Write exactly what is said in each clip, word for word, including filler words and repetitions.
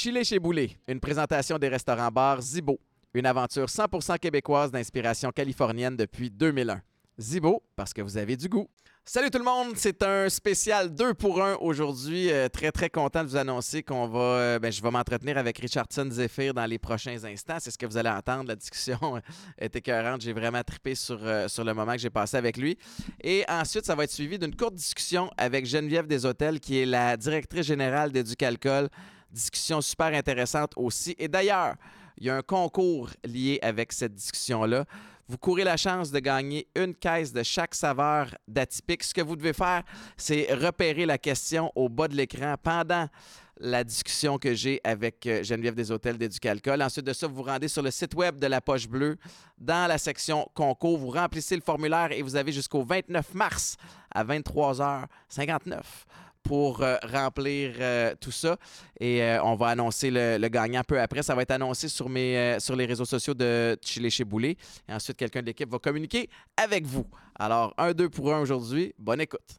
Chili chez Boulet, une présentation des restaurants-bars Zibo, une aventure cent pour cent québécoise d'inspiration californienne depuis deux mille un. Zibo, parce que vous avez du goût. Salut tout le monde, c'est un spécial deux pour un aujourd'hui. Euh, très, très content de vous annoncer qu'on va, euh, ben, je vais m'entretenir avec Richardson Zephyr dans les prochains instants. C'est ce que vous allez entendre. La discussion est écœurante. J'ai vraiment trippé sur, euh, sur le moment que j'ai passé avec lui. Et ensuite, ça va être suivi d'une courte discussion avec Geneviève Desautels, qui est la directrice générale d'Éducalcool. Discussion super intéressante aussi. Et d'ailleurs, il y a un concours lié avec cette discussion-là. Vous courez la chance de gagner une caisse de chaque saveur d'Atypique. Ce que vous devez faire, c'est repérer la question au bas de l'écran pendant la discussion que j'ai avec Geneviève Desautels d'Éducalcool. Ensuite de ça, vous vous rendez sur le site web de La Poche Bleue. Dans la section concours, vous remplissez le formulaire et vous avez jusqu'au vingt-neuf mars à vingt-trois heures cinquante-neuf pour euh, remplir euh, tout ça. Et euh, on va annoncer le, le gagnant peu après. Ça va être annoncé sur, mes, euh, sur les réseaux sociaux de Chili chez Boulet. Et ensuite, quelqu'un de l'équipe va communiquer avec vous. Alors, un deux pour un aujourd'hui. Bonne écoute.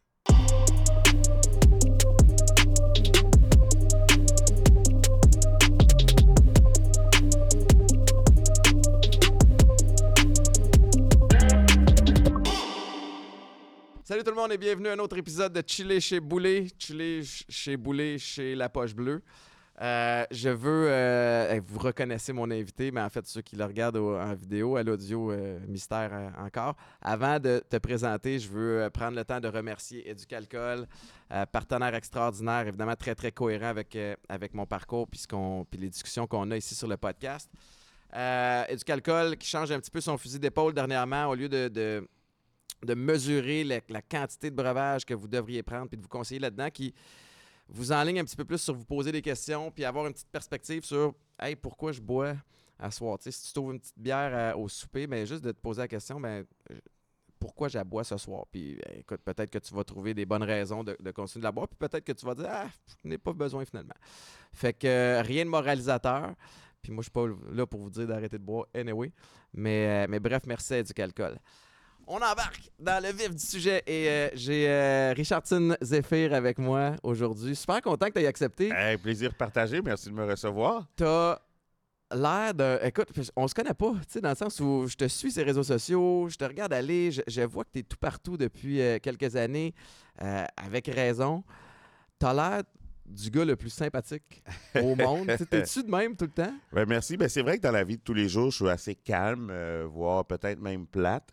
Salut tout le monde et bienvenue à un autre épisode de Chili chez Boulet. Chili chez Boulet, chez La Poche Bleue. Euh, je veux... Euh, vous reconnaissez mon invité, mais en fait, ceux qui le regardent au, en vidéo, à l'audio, euh, mystère euh, encore. Avant de te présenter, je veux euh, prendre le temps de remercier Éducalcool, euh, partenaire extraordinaire, évidemment très, très cohérent avec, euh, avec mon parcours puis, ce qu'on, puis les discussions qu'on a ici sur le podcast. Euh, Éducalcool qui change un petit peu son fusil d'épaule dernièrement, au lieu de... de de mesurer la, la quantité de breuvage que vous devriez prendre puis de vous conseiller là-dedans, qui vous enligne un petit peu plus sur vous poser des questions puis avoir une petite perspective sur « Hey, pourquoi je bois à soir? » Tu sais, si tu trouves une petite bière à, au souper, bien, juste de te poser la question ben, « Pourquoi je la bois ce soir? » Puis ben, écoute, peut-être que tu vas trouver des bonnes raisons de, de continuer de la boire, puis peut-être que tu vas dire « Ah, je n'ai pas besoin finalement. » Fait que euh, rien de moralisateur. Puis moi, je suis pas là pour vous dire d'arrêter de boire anyway. Mais, euh, mais bref, merci à Éducalcool. On embarque dans le vif du sujet et euh, j'ai euh, Richardson Zephyr avec moi aujourd'hui. Super content que tu aies accepté. Hey, plaisir partagé, merci de me recevoir. T'as l'air de... Écoute, on se connaît pas, tu sais, dans le sens où je te suis sur les réseaux sociaux, je te regarde aller, je, je vois que tu es tout partout depuis euh, quelques années, euh, avec raison. T'as l'air du gars le plus sympathique au monde. T'es-tu de même tout le temps? Ben, merci. Ben, c'est vrai que dans la vie de tous les jours, je suis assez calme, euh, voire peut-être même plate.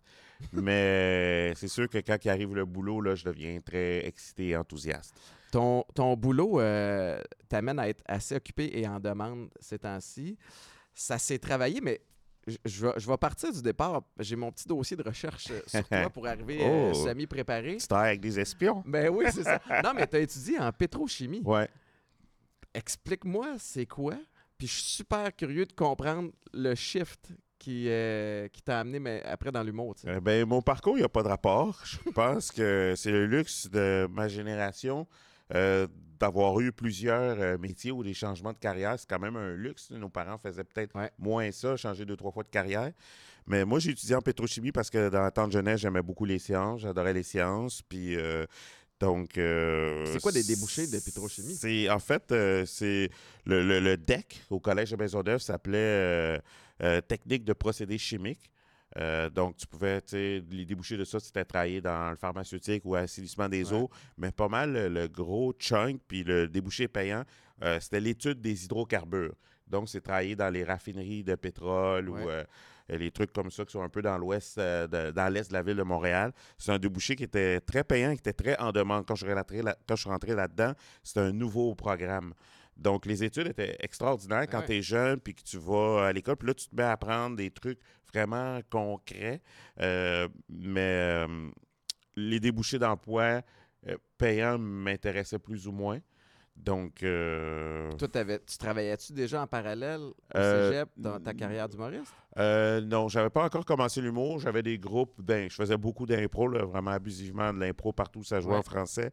Mais c'est sûr que quand il arrive le boulot, là, je deviens très excité et enthousiaste. Ton, ton boulot euh, t'amène à être assez occupé et en demande ces temps-ci. Ça s'est travaillé, mais je, je, vais, je vais partir du départ. J'ai mon petit dossier de recherche sur toi pour arriver oh, euh, semi-préparé. Tu travailles avec des espions? Ben oui, c'est ça. Non, mais tu as étudié en pétrochimie. Ouais. Explique-moi, c'est quoi? Puis je suis super curieux de comprendre le shift qui, euh, qui t'a amené mais après dans l'humour. Euh, ben, mon parcours, il n'y a pas de rapport. Je pense que c'est le luxe de ma génération euh, d'avoir eu plusieurs euh, métiers ou des changements de carrière. C'est quand même un luxe. Nos parents faisaient peut-être ouais. moins ça, changer deux, trois fois de carrière. Mais moi, j'ai étudié en pétrochimie parce que dans le temps de jeunesse, j'aimais beaucoup les sciences. J'adorais les sciences. Puis... Euh, Donc, euh, c'est quoi des débouchés de pétrochimie? C'est, en fait, euh, c'est le, le, le D E C au Collège de Maisonneuve s'appelait euh, euh, Technique de procédés chimiques. Euh, donc, tu pouvais, tu sais, les débouchés de ça, c'était travailler dans le pharmaceutique ou assainissement des ouais. eaux, mais pas mal le, le gros chunk, puis le débouché payant, euh, c'était l'étude des hydrocarbures. Donc, c'est travailler dans les raffineries de pétrole ouais. ou euh, les trucs comme ça qui sont un peu dans l'ouest, euh, de, dans l'est de la ville de Montréal. C'est un débouché qui était très payant, qui était très en demande. Quand je suis rentré, là, quand je suis rentré là-dedans, c'était un nouveau programme. Donc, les études étaient extraordinaires quand ouais. tu es jeune puis que tu vas à l'école. Puis là, tu te mets à apprendre des trucs vraiment concrets. Euh, mais euh, les débouchés d'emploi euh, payants m'intéressaient plus ou moins. Donc... Euh... Toi, tu travaillais-tu déjà en parallèle au euh, cégep dans ta carrière d'humoriste? Euh, non, j'avais pas encore commencé l'humour. J'avais des groupes, je faisais beaucoup d'impro, là, vraiment abusivement de l'impro partout où ça jouait ouais. en français.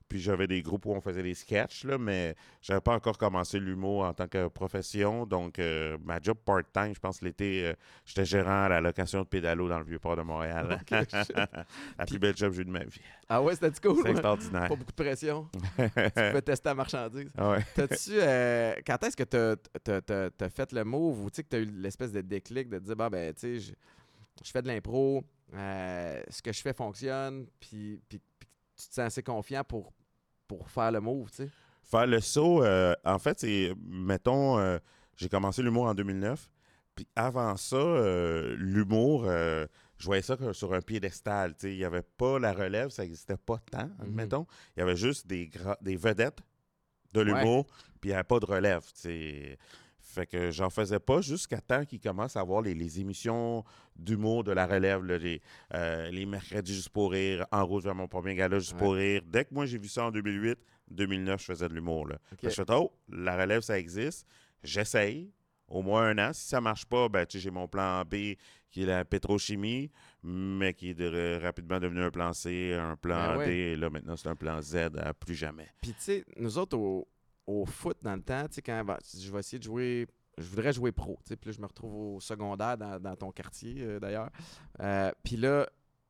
Puis j'avais des groupes où on faisait des sketchs, là, mais j'avais pas encore commencé l'humour en tant que profession. Donc, euh, ma job part-time, je pense l'été, euh, j'étais gérant à la location de pédalo dans le Vieux-Port de Montréal. OK, shit. La plus Puis, belle job que j'ai eu de ma vie. ah ouais, c'était cool? C'est Ouais. extraordinaire. Pas beaucoup de pression. Tu pouvais tester la marchandise. Ouais. T'as-tu, euh, quand est-ce que t'as, t'as, t'as, t'as fait le move ou tu sais que t'as eu l'espèce de déclic de te dire, bon, ben, tu sais, je, je fais de l'impro, euh, ce que je fais fonctionne, puis, puis, puis tu te sens assez confiant pour, pour faire le move, tu sais? Faire le saut, euh, en fait, c'est, mettons, euh, j'ai commencé l'humour en deux mille neuf. Puis avant ça, euh, l'humour, euh, je voyais ça que sur un piédestal. Tu sais, il n'y avait pas la relève, ça n'existait pas tant, admettons. Il y avait juste des, gra- des vedettes de Ouais. l'humour, puis il n'y avait pas de relève. Tu sais. Fait que j'en faisais pas jusqu'à temps qu'ils commencent à avoir les, les émissions d'humour de la relève, là, les, euh, les mercredis juste pour rire, en route vers mon premier gala juste Ouais. pour rire. Dès que moi j'ai vu ça en deux mille huit, deux mille neuf, je faisais de l'humour. Là. OK. Fait que je fais, oh, la relève, ça existe. J'essaye. Au moins un an. Si ça marche pas, ben, tu sais, j'ai mon plan B qui est la pétrochimie, mais qui est de- rapidement devenu un plan C, un plan Ben ouais. D, et là maintenant c'est un plan Z à plus jamais. Puis, tu sais, nous autres, au, au foot, dans le temps, tu sais, quand ben, je vais essayer de jouer, je voudrais jouer pro, tu sais, puis là, je me retrouve au secondaire dans, dans ton quartier, euh, d'ailleurs. Euh, puis là,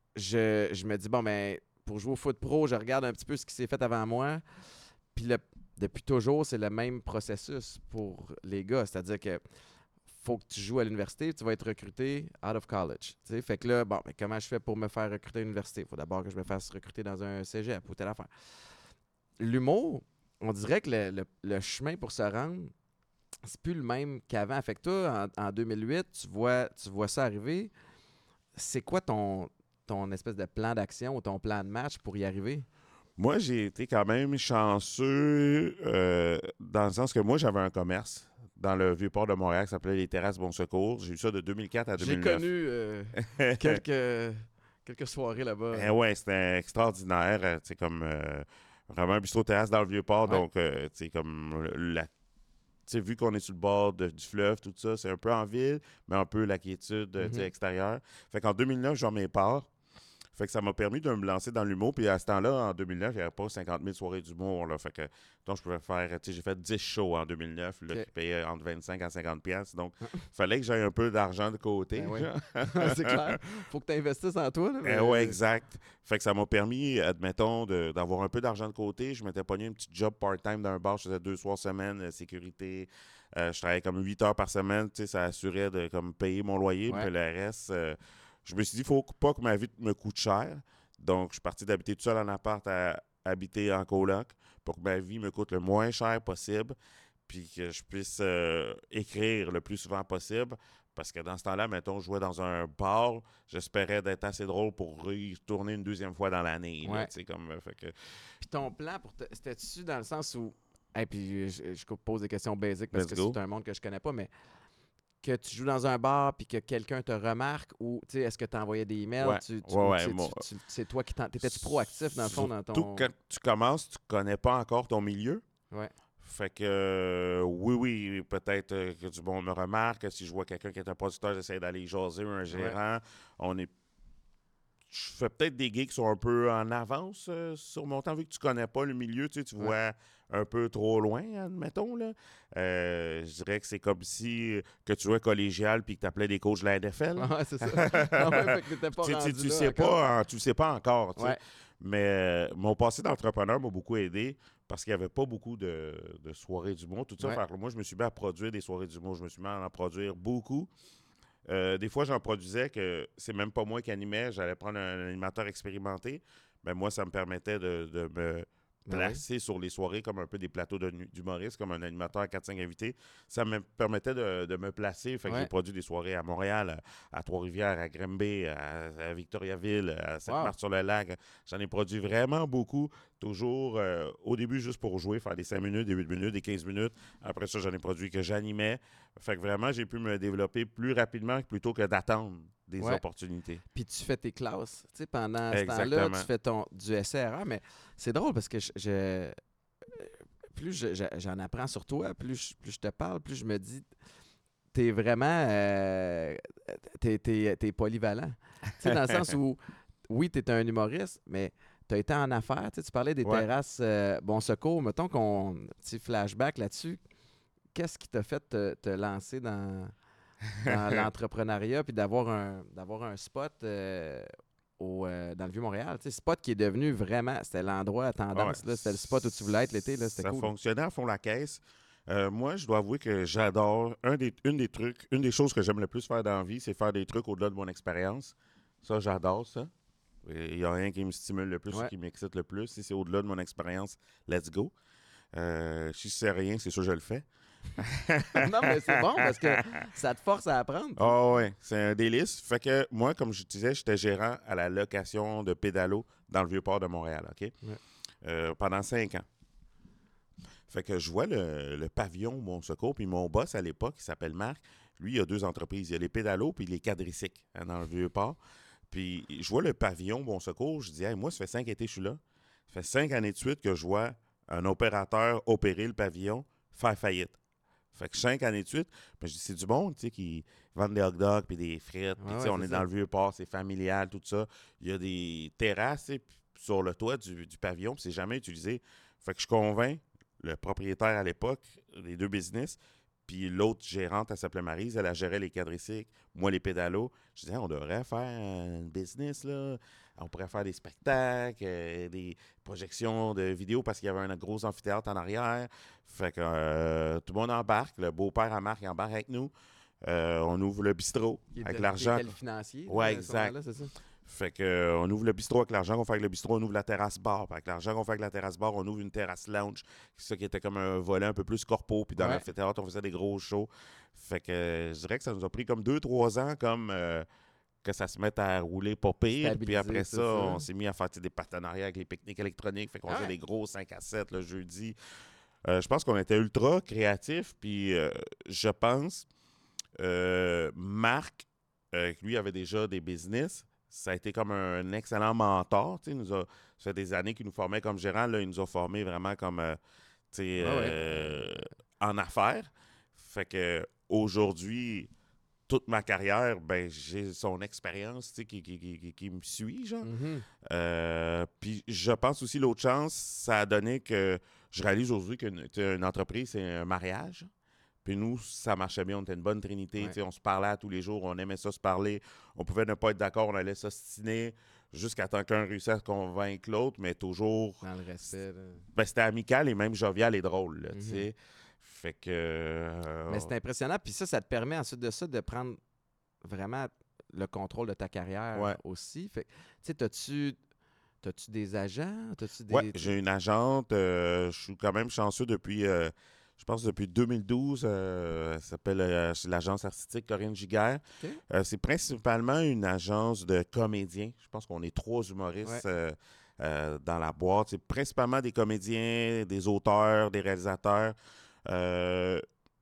je, je me dis, bon, ben, pour jouer au foot pro, je regarde un petit peu ce qui s'est fait avant moi. Puis le- depuis toujours, c'est le même processus pour les gars. C'est-à-dire que faut que tu joues à l'université, tu vas être recruté out of college. Tu sais, fait que là, bon, ben, comment je fais pour me faire recruter à l'université? Il faut d'abord que je me fasse recruter dans un cégep ou telle affaire. L'humour, on dirait que le, le- le chemin pour se rendre, c'est plus le même qu'avant. Fait que toi, en, en deux mille huit, tu vois, tu vois ça arriver. C'est quoi ton, ton espèce de plan d'action ou ton plan de match pour y arriver? Moi, j'ai été quand même chanceux euh, dans le sens que moi, j'avais un commerce dans le Vieux-Port de Montréal qui s'appelait les Terrasses Bon Secours. J'ai eu ça de deux mille quatre à J'ai deux mille neuf. connu euh, quelques, quelques soirées là-bas. Eh ouais, c'était extraordinaire. euh, C'est comme euh, vraiment un bistrot terrasse dans le Vieux-Port. Ouais. Donc, euh, tu sais, comme la. Tu sais, vu qu'on est sur le bord de- du fleuve, tout ça, c'est un peu en ville, mais un peu la quiétude euh, tu sais, Mhm. extérieure. Fait qu'en deux mille neuf, j'en mes parts. Fait que ça m'a permis de me lancer dans l'humour. Puis à ce temps-là, en deux mille neuf, il n'y avait pas cinquante mille soirées d'humour. Là. Fait que, donc, je pouvais faire, tu sais, j'ai fait dix shows en deux mille neuf, là, Ok. qui payaient entre vingt-cinq à cinquante piastres. Donc, il fallait que j'aie un peu d'argent de côté. Ben oui. genre. C'est clair. Faut que tu investisses en toi. Là, Eh mais- ouais, exact. Fait que ça m'a permis, admettons, de- d'avoir un peu d'argent de côté. Je m'étais pogné un petit job part-time dans un bar. Je faisais deux soirs semaine, euh, sécurité. Euh, je travaillais comme huit heures par semaine. Tu sais, ça assurait de comme, payer mon loyer. Ouais. Mais le reste, euh, je me suis dit, il faut pas que ma vie me coûte cher. Donc, je suis parti d'habiter tout seul en appart à habiter en coloc pour que ma vie me coûte le moins cher possible puis que je puisse euh, écrire le plus souvent possible. Parce que dans ce temps-là, mettons, je jouais dans un bar, j'espérais d'être assez drôle pour y retourner une deuxième fois dans l'année. là, Ouais. tu sais, comme, euh, fait que, Puis ton plan, pour te- c'était-tu dans le sens où. Et puis je, je pose des questions basiques parce Let's que go. c'est un monde que je connais pas, mais que tu joues dans un bar puis que quelqu'un te remarque ou tu sais, est-ce que tu envoyais des emails? Ouais. Tu, tu- Ouais, ou ouais, tu sais, moi- tu- tu- c'est toi qui t'en. T'étais-tu proactif dans le fond dans Surtout ton. quand tu commences, tu connais pas encore ton milieu. Ouais. Fait que euh, oui, oui, peut-être euh, que du monde me remarque. Si je vois quelqu'un qui est un producteur, j'essaie d'aller jaser un gérant. On est. Je fais peut-être des gigs qui sont un peu en avance euh, sur mon temps, vu que tu connais pas le milieu, tu sais, tu Ouais. vois un peu trop loin, admettons. Là. Euh, je dirais que c'est comme si euh, que tu jouais collégial puis que tu appelais des coachs de la N F L. Ah ouais, c'est ça. Ah ouais, fait que t'étais pas Tu sais, rendu tu, tu là sais encore. pas, en- tu le sais pas encore. tu sais. Ouais. Mais euh, mon passé d'entrepreneur m'a beaucoup aidé parce qu'il n'y avait pas beaucoup de, de soirées d'humour. Tout ça, Ouais. fait que moi, je me suis mis à produire des soirées d'humour. Je me suis mis à en produire beaucoup. Euh, des fois, j'en produisais que c'est même pas moi qui animais. J'allais prendre un animateur expérimenté. Mais moi, ça me permettait de, de me Ben placer sur les soirées comme un peu des plateaux de nu- d'humoristes, comme un animateur à quatre cinq invités. Ça me permettait de, de me placer. Fait que Ouais. j'ai produit des soirées à Montréal, à, à Trois-Rivières, à Granby, à, à Victoriaville, à Sainte-Marthe-sur-le-Lac. J'en ai produit vraiment beaucoup. Toujours euh, au début juste pour jouer, faire des cinq minutes, des huit minutes, des quinze minutes. Après ça, j'en ai produit que j'animais. Fait que vraiment, j'ai pu me développer plus rapidement plutôt que d'attendre des Ouais. opportunités. Puis tu fais tes classes, tu sais, pendant ce temps-là, Exactement. tu fais ton, du S R A, mais c'est drôle parce que je, je- plus je- je- j'en apprends sur toi, plus je, plus je te parle, plus je me dis, t'es vraiment, euh, t'es, t'es- t'es polyvalent. Tu sais, dans le sens où, oui, t'es un humoriste, mais tu as été en affaires, tu sais, tu parlais des Ouais. terrasses euh, Bon Secours. Mettons qu'on petit flashback là-dessus. Qu'est-ce qui t'a fait te, te lancer dans, dans l'entrepreneuriat puis d'avoir un, d'avoir un spot euh, au, euh, dans le Vieux-Montréal? Tu sais, spot qui est devenu vraiment, c'était l'endroit à Ah ouais. tendance, là, c'était le spot où tu voulais être l'été, là, c'était Ça cool. fonctionnait à fond la caisse. Euh, moi, je dois avouer que j'adore. Un des, une des trucs, une des choses que j'aime le plus faire dans la vie, c'est faire des trucs au-delà de mon expérience. Ça, j'adore ça. Il n'y a rien qui me stimule le plus ou Ouais. qui m'excite le plus. Si c'est au-delà de mon expérience, let's go. Euh, si c'est rien, c'est sûr que je le fais. Non, mais c'est bon parce que ça te force à apprendre. tu sais. Ah ouais, c'est un délice. Fait que moi, comme je disais, j'étais gérant à la location de pédalo dans le Vieux-Port de Montréal, OK? Ouais. Euh, pendant cinq ans. Fait que je vois le, le pavillon Bon Secours, puis mon boss à l'époque, il s'appelle Marc, lui, il a deux entreprises. Il y a les pédalos puis les quadricycles hein, dans le Vieux-Port. Puis je vois le pavillon Bon Secours, je dis, hey, moi, ça fait cinq étés que je suis là. Ça fait cinq années de suite que je vois un opérateur opérer le pavillon faire faillite. Fait que cinq années de suite, ben, je dis, c'est du monde, tu sais, qui vendent des hot dogs puis des frites. Puis, Ouais, tu sais, ouais, on c'est est ça. dans le Vieux-Port, c'est familial, tout ça. Il y a des terrasses, tu sais, puis sur le toit du, du pavillon, puis c'est jamais utilisé. Fait que je convainc le propriétaire à l'époque, les deux business, puis l'autre gérante, elle s'appelait Maryse, elle a géré les quadricycles, moi les pédalos. Je disais, on devrait faire un business, là. On pourrait faire des spectacles, euh, des projections de vidéos parce qu'il y avait un gros amphithéâtre en arrière. Fait que euh, tout le monde embarque. Le beau-père à Marc il embarque avec nous. Euh, on ouvre le bistrot Qui avec était- l'argent. qui était le financier. Ouais, là, à ce exact. moment-là, c'est ça? Fait que euh, on ouvre le bistrot avec l'argent qu'on fait avec le bistrot, on ouvre la terrasse bar. Puis avec l'argent qu'on fait avec la terrasse bar, on ouvre une terrasse lounge. C'est ça qui était comme un volet un peu plus corpo. Puis dans Ouais. l'amphithéâtre, on faisait des gros shows. Fait que euh, je dirais que ça nous a pris comme deux, trois ans comme euh, que ça se mette à rouler pas pire. Puis Stabiliser après tout ça, ça. on s'est mis à faire tu sais, des partenariats avec les pique-niques électroniques. Fait qu'on Ah faisait ouais. des gros cinq à sept le jeudi. Euh, je pense qu'on était ultra créatifs. Puis euh, je pense, euh, Marc, euh, lui avait déjà des business. Ça a été comme un excellent mentor. Tu sais, il nous a, ça fait des années qu'il nous formait comme gérant. Là, il nous a formés vraiment comme euh, tu sais, Ouais, ouais. euh, en affaires. Fait que aujourd'hui, toute ma carrière, ben j'ai son expérience tu sais, qui, qui, qui, qui- qui me suit, genre. Mhm. Euh, Puis je pense aussi l'autre chance, ça a donné que je réalise aujourd'hui qu'une tu sais, une entreprise, c'est un mariage. Puis nous, ça marchait bien, on était une bonne trinité, Ouais. tu sais, on se parlait à tous les jours, on aimait ça se parler, on pouvait ne pas être d'accord, on allait s'ostiner jusqu'à temps qu'un réussisse à convaincre l'autre, mais toujours, Dans le respect. là. ben, c'était amical et même jovial et drôle, là, tu Mhm. sais. Fait que... euh, Mais c'est impressionnant. Puis ça, ça te permet ensuite de ça de prendre vraiment le contrôle de ta carrière Ouais. aussi. Fait que, tu sais, t'as-tu, t'as-tu des agents? T'as-tu des... Ouais, j'ai une agente. euh, je suis quand même chanceux depuis, euh, je pense, depuis deux mille douze. euh, elle s'appelle euh, c'est l'agence artistique Corinne Giguère. OK. Euh, c'est principalement une agence de comédiens. Je pense qu'on est trois humoristes Ouais. euh, euh, dans la boîte. C'est principalement des comédiens, des auteurs, des réalisateurs. Euh,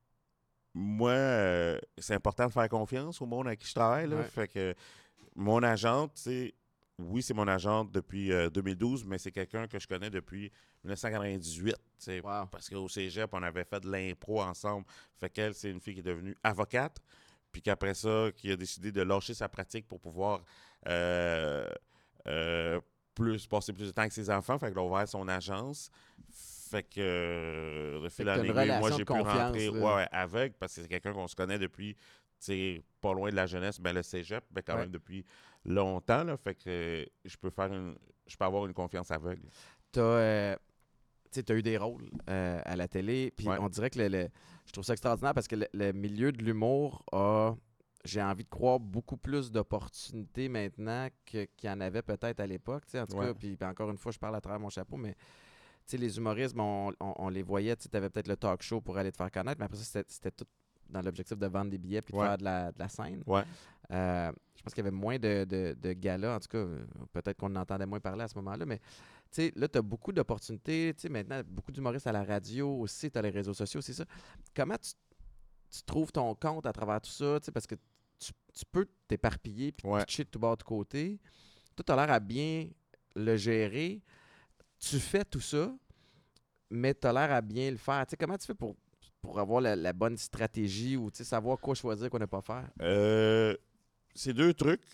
moi, euh, c'est important de faire confiance au monde avec qui je travaille. Là. Ouais. Fait que mon agente, tu sais, oui, c'est mon agente depuis euh, deux mille douze, mais c'est quelqu'un que je connais depuis dix-neuf cent quatre-vingt-dix-huit. tu sais, Wow. Parce qu'au cégep, on avait fait de l'impro ensemble. Fait qu'elle, c'est une fille qui est devenue avocate. Puis qu'après ça, qui a décidé de lâcher sa pratique pour pouvoir euh, euh, plus passer plus de temps avec ses enfants. Fait qu'elle a ouvert son agence. Fait que euh, de fil que en t'as une aiguille, moi, relation j'ai de pu confiance, rentrer là. ouais, ouais, avec parce que c'est quelqu'un qu'on se connaît depuis, tu sais, pas loin de la jeunesse, ben le cégep, ben quand Ouais. même depuis longtemps. Là, fait que euh, je peux faire une, je peux avoir une confiance aveugle. T'as, euh, tu sais, t'as eu des rôles euh, à la télé. Puis Ouais. on dirait que le, le- je trouve ça extraordinaire parce que le, le milieu de l'humour a, j'ai envie de croire, beaucoup plus d'opportunités maintenant que- qu'il y en avait peut-être à l'époque. tu sais, En tout Ouais. cas, puis puis encore une fois, je parle à travers mon chapeau, mais tu sais, les humoristes, bon, on, on- on les voyait, tu avais peut-être le talk show pour aller te faire connaître, mais après ça, c'était- c'était tout dans l'objectif de vendre des billets puis de Ouais. faire de la, de la scène. Ouais. Euh, je pense qu'il y avait moins de, de, de galas, en tout cas, euh, peut-être qu'on en entendait moins parler à ce moment-là, mais tu sais, là, tu as beaucoup d'opportunités, tu sais, maintenant, beaucoup d'humoristes à la radio aussi, tu as les réseaux sociaux, c'est ça. Comment tu, tu trouves ton compte à travers tout ça, tu sais, parce que tu, tu peux t'éparpiller puis Ouais. pitcher de tout bord de côté. Toi, tu as l'air à bien le gérer. Tu fais tout ça, mais tu as l'air à bien le faire. Tu sais, comment tu fais pour, pour avoir la, la bonne stratégie ou tu sais, savoir quoi choisir, quoi ne pas faire? Euh, c'est deux trucs.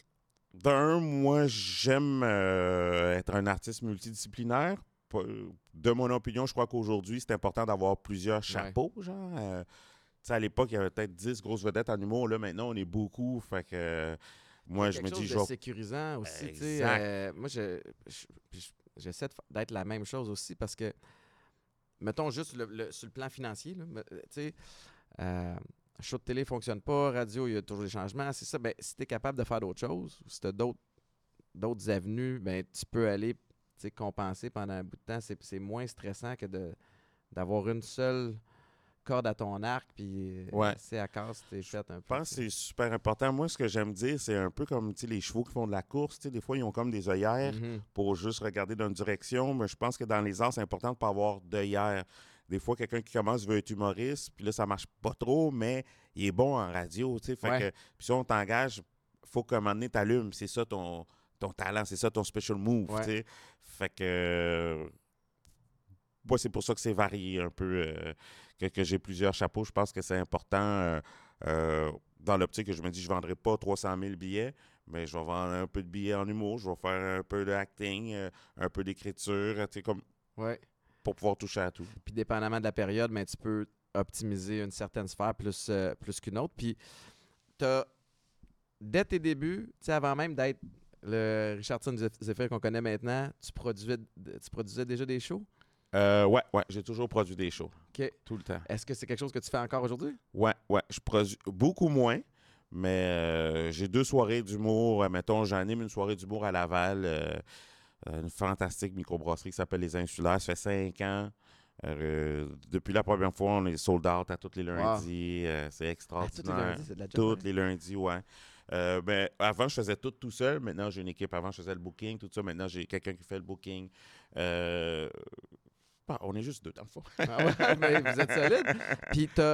D'un, moi, j'aime euh, être un artiste multidisciplinaire. Pas- De mon opinion, je crois qu'aujourd'hui, c'est important d'avoir plusieurs Ouais. chapeaux, genre. Euh, tu sais, à l'époque, il y avait peut-être dix grosses vedettes en humour. Là, maintenant, on est beaucoup. Fait que euh, Il y a moi, je quelque me dis, chose de je vais... sécurisant aussi, tu sais. Exact. euh, moi, je, je- puis je- j'essaie de fa- d'être la même chose aussi parce que, mettons juste le- le- sur le plan financier, là, me- euh, tu sais, euh, show de télé fonctionne pas, radio, il y a toujours des changements, c'est ça. Ben, si tu es capable de faire d'autres choses, ou si tu as d'autres d'autres avenues, ben, tu peux aller tu sais, compenser pendant un bout de temps. C'est c'est moins stressant que de d'avoir une seule corde à ton arc, puis euh, Ouais. c'est à casse, t'es Je fait un peu. pense tu que sais. c'est super important. Moi, ce que j'aime dire, c'est un peu comme tu sais, les chevaux qui font de la course. Tu sais, des fois, ils ont comme des œillères Mhm. pour juste regarder dans une direction. Mais je pense que dans les arts, c'est important de ne pas avoir d'œillères. Des fois, quelqu'un qui commence veut être humoriste, puis là, ça marche pas trop, mais il est bon en radio. Tu sais, fait Ouais. que, puis si on t'engage, faut qu'à un moment donné, t'allumes. C'est ça ton, ton talent, c'est ça ton special move. Ouais. Tu sais. Fait que. euh, moi, c'est pour ça que c'est varié un peu, euh, que, que j'ai plusieurs chapeaux. Je pense que c'est important euh, euh, dans l'optique que je me dis, je ne vendrai pas trois cent mille billets, mais je vais vendre un peu de billets en humour, je vais faire un peu de acting, euh, un peu d'écriture, tu sais, comme Ouais. pour pouvoir toucher à tout. Puis dépendamment de la période, ben, tu peux optimiser une certaine sphère plus, euh, plus qu'une autre. Puis t'as, dès tes débuts, tu sais, avant même d'être le Richardson Zephyr qu'on connaît maintenant, tu produisais, tu produisais déjà des shows? Euh, ouais, ouais, j'ai toujours produit des shows, OK. tout le temps. Est-ce que c'est quelque chose que tu fais encore aujourd'hui? Ouais, ouais, je produis beaucoup moins, mais euh, j'ai deux soirées d'humour. Euh, Mettons, j'anime une soirée d'humour à Laval, euh, euh, une fantastique microbrasserie qui s'appelle Les Insulaires. Ça fait cinq ans. Euh, depuis la première fois, on est sold out à tous les Wow. lundis. Euh, c'est Ah, tous les extraordinaire. lundis, c'est de la job. Tous hein? les lundis, ouais. Euh, ben, avant, je faisais tout tout seul. Maintenant, j'ai une équipe. Avant, je faisais le booking, tout ça. Maintenant, j'ai quelqu'un qui fait le booking. Euh, bah, on est juste deux, dans le fond. Ah ouais, mais vous êtes solide. Puis tu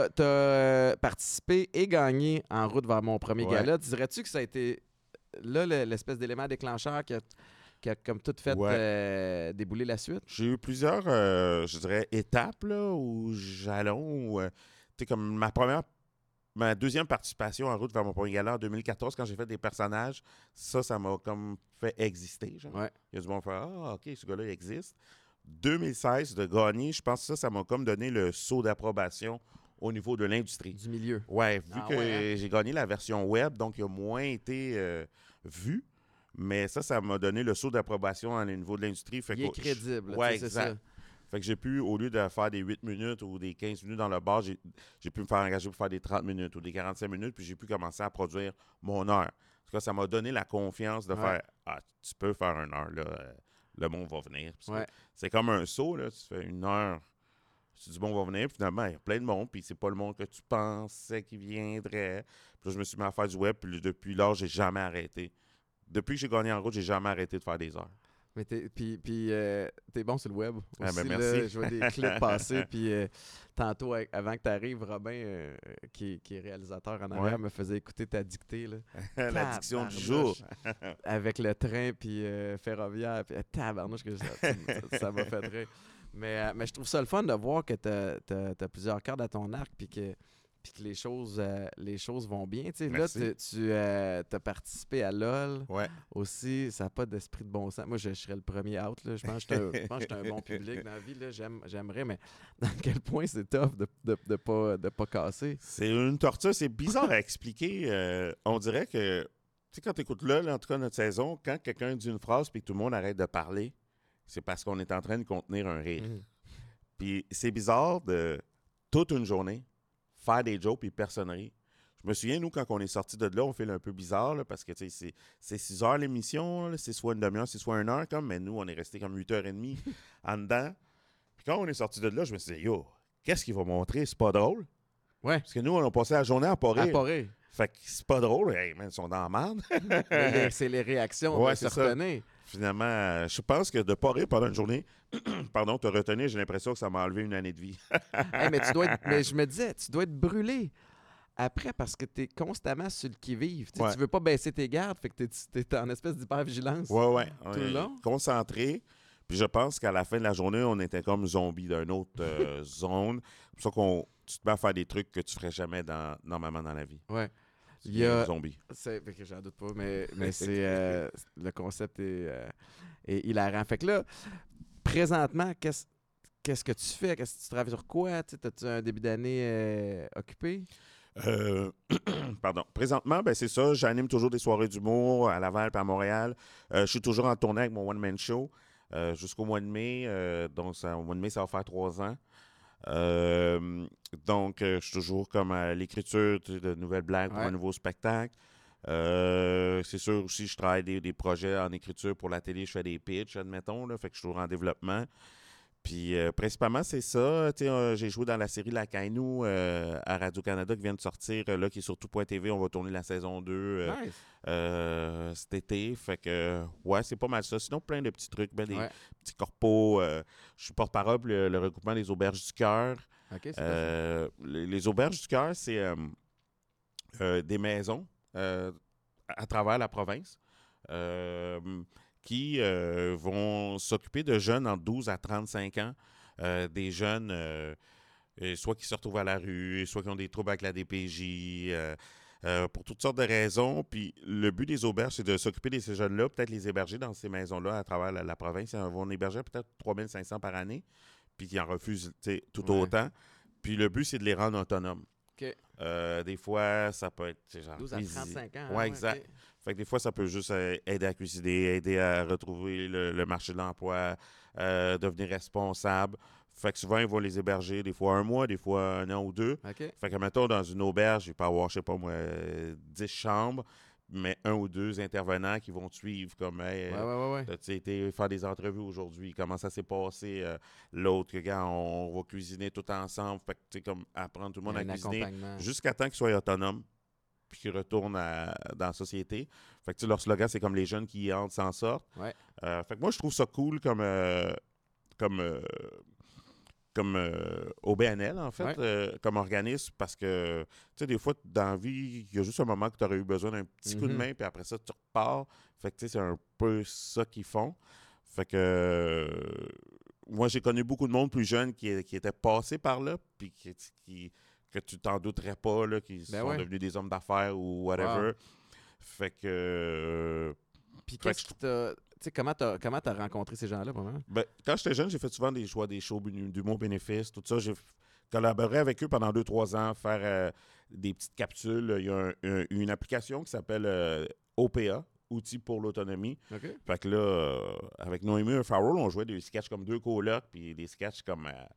as participé et gagné en route vers mon premier Ouais. gala. Dirais-tu que ça a été là le- l'espèce d'élément déclencheur qui a, qui a comme tout fait Ouais. euh, débouler la suite? J'ai eu plusieurs, euh, je dirais, étapes là, ou jalons. Ou, euh, tu sais, comme ma première, ma deuxième participation en route vers mon premier gala en deux mille quatorze, quand j'ai fait des personnages, ça, ça m'a comme fait exister. Genre. Ouais. Il y a du monde qui fait Ah, OK, ce gars-là, il existe. deux mille seize, de gagner, je pense que ça, ça m'a comme donné le saut d'approbation au niveau de l'industrie. Du milieu. Ouais, vu Ah que ouais, hein? j'ai gagné la version web, donc il a moins été euh, vu. Mais ça, ça m'a donné le saut d'approbation au niveau de l'industrie. Fait Il est que je- crédible. là, Ouais, tu sais, c'est exact. ça. Fait que j'ai pu, au lieu de faire des huit minutes ou des quinze minutes dans le bar, j'ai j'ai pu me faire engager pour faire des trente minutes ou des quarante-cinq minutes, puis j'ai pu commencer à produire mon heure. Parce que ça m'a donné la confiance de Ouais. faire Ah, tu peux faire une heure, là, euh, le monde va venir. Parce que Ouais. c'est comme un saut, là, tu fais une heure, tu dis bon, on va venir, puis finalement, il y a plein de monde, puis c'est pas le monde que tu pensais qui viendrait. Puis là, je me suis mis à faire du web, puis depuis lors, j'ai jamais arrêté. Depuis que j'ai gagné en route, j'ai jamais arrêté de faire des heures. Mais t'es, puis, puis euh, t'es bon sur le web aussi. Ah, ben, là. merci. Je vois des clips passer. Puis euh, tantôt, avec- avant que tu arrives, Robin, euh, qui, qui est réalisateur en arrière, Ouais. me faisait écouter ta dictée. Là, La diction du Tabarnouche. jour. avec le train puis euh, ferroviaire. Puis euh, tabarnouche, que ça, ça- ça m'a fait rire. Mais, euh, mais je trouve ça le fun de voir que tu as plusieurs cordes à ton arc puis que, puis que les, choses, euh, les choses vont bien. Tu sais, là, Merci. tu, tu as participé à LOL Ouais. aussi. Ça n'a pas d'esprit de bon sens. Moi, je, je serais le premier out. Là. Je pense que je suis un, je pense que je suis un bon public dans la vie. là. J'aime- J'aimerais, mais dans quel point c'est tough de ne de, de pas, de pas casser. C'est une torture, c'est bizarre à expliquer. Euh, on dirait que, tu sais, quand tu écoutes là, là, en tout cas notre saison, quand quelqu'un dit une phrase puis que tout le monde arrête de parler, c'est parce qu'on est en train de contenir un rire. Mhm. Puis c'est bizarre de toute une journée faire des jokes puis personne rit. Je me souviens, nous, quand on est sorti de là, on fait un peu bizarre là, parce que tu sais, c'est- c'est six heures l'émission, là, c'est soit une demi-heure, c'est soit une heure, comme, mais nous, on est resté comme huit heures trente en dedans. Puis quand on est sorti de là, je me suis dit, yo, qu'est-ce qu'il va montrer? C'est pas drôle. Ouais, Parce que nous, on a passé la journée à pas à rire. pas rire. Fait que c'est pas drôle. Hey, man, ils sont dans la merde. Mais les- C'est les réactions Ouais, de se c'est ça. retenir. Finalement, euh, je pense que de pas rire pendant une journée, pardon, te retenir, j'ai l'impression que ça m'a enlevé une année de vie. Hey, mais, tu dois être- mais je me disais, tu dois être brûlé après parce que tu es constamment sur le qui-vive. Tu sais, Ouais. Tu veux pas baisser tes gardes, fait que tu es en espèce d'hypervigilance. Ouais, ouais. Tout le Ouais, long? Concentré. Puis je pense qu'à la fin de la journée, on était comme zombies d'une autre euh, zone. C'est pour ça qu'on tu te mets à faire des trucs que tu ferais jamais dans, normalement dans la vie. Ouais. Il y a... zombie. C'est... Fait que j'en doute pas, mais, mais c'est... Euh, le concept est, euh, est hilarant. Fait que là, présentement, qu'est-ce, qu'est-ce que tu fais? Qu'est-ce que tu travailles sur quoi? Tu sais, as-tu un début d'année euh, occupé? Euh, pardon. Présentement, ben c'est ça. J'anime toujours des soirées d'humour à Laval et à Montréal. Euh, je suis toujours en tournée avec mon one-man show euh, jusqu'au mois de mai. Euh, donc, ça, au mois de mai, ça va faire trois ans. Euh, donc, euh, je suis toujours comme à l'écriture tu sais, de nouvelles blagues pour Ouais. un nouveau spectacle. Euh, c'est sûr aussi, je travaille des, des projets en écriture pour la télé. Je fais des pitchs, admettons. Là, fait que je suis toujours en développement. Puis euh, principalement, c'est ça. Tu sais, euh, j'ai joué dans la série La Caïnou euh, à Radio-Canada qui vient de sortir, euh, là, qui est sur tout point T V. On va tourner la saison deux euh, Nice. euh, cet été. Fait que, euh, ouais, c'est pas mal ça. Sinon, plein de petits trucs, ben, des Ouais. petits corpos. euh, je suis porte-parole pour le, le regroupement des Auberges du Cœur. OK, c'est Euh, les, les Auberges du Cœur, c'est euh, euh, des maisons euh, à travers la province. Euh, qui euh, vont s'occuper de jeunes entre douze à trente-cinq ans, euh, des jeunes euh, euh, soit qui se retrouvent à la rue, soit qui ont des troubles avec la D P J, euh, euh, pour toutes sortes de raisons. Puis le but des auberges, c'est de s'occuper de ces jeunes-là, peut-être les héberger dans ces maisons-là à travers la, la province. Ils vont en héberger peut-être trois mille cinq cents par année, puis ils en refusent tu sais, tout Ouais. autant. Puis le but, c'est de les rendre autonomes. OK. Euh, des fois, ça peut être tu sais, genre douze à cuisiner. trente-cinq ans. Ouais, hein, exact. OK. Fait que des fois, ça peut juste euh, aider à cuisiner, aider à retrouver le, le marché de l'emploi, euh, devenir responsable. Fait que souvent, ils vont les héberger des fois un mois, des fois un an ou deux. OK. Fait que, mettons, dans une auberge, il peut y avoir, je sais pas moi, euh, dix chambres, mais un ou deux intervenants qui vont te suivre comme, hey, Ouais, ouais, ouais, ouais. t'as-tu été faire des entrevues aujourd'hui, comment ça s'est passé, euh, l'autre, que, gars, on, on va cuisiner tout ensemble. Fait que, tu sais, comme apprendre tout le monde Il y a à un cuisiner accompagnement. jusqu'à temps qu'ils soient autonomes puis qu'ils retournent à- dans la société. Fait que, tu sais, leur slogan, c'est comme les jeunes qui y entrent s'en sortent. Ouais. Euh, fait que moi, je trouve ça cool comme, euh, comme, euh, comme euh, O B N L, en fait, Ouais. euh, comme organisme, parce que, tu sais, des fois, dans la vie, il y a juste un moment que tu aurais eu besoin d'un petit coup de Mhm. main, puis après ça, tu repars. Fait que, tu sais, c'est un peu ça qu'ils font. Fait que, euh, moi, j'ai connu beaucoup de monde plus jeune qui, qui était passé par là, puis qui, qui- que tu t'en douterais pas, là, qui Ben sont ouais. devenus des hommes d'affaires ou whatever. Wow. Fait que, euh, Puis Fait qu'est-ce que qui t'a... Tu sais, comment t'as, comment t'as rencontré ces gens-là, vraiment? ben, quand j'étais jeune, j'ai fait souvent des choix, des shows béni- d'humour bénéfice, tout ça. J'ai f- collaboré avec eux pendant deux trois ans, faire euh, des petites capsules. Il y a un- un- une application qui s'appelle euh, O P A, Outils pour l'autonomie. OK. Fait que là, euh, avec Noémie Farrell, on jouait des sketchs comme deux colocs, puis des sketchs comme... euh,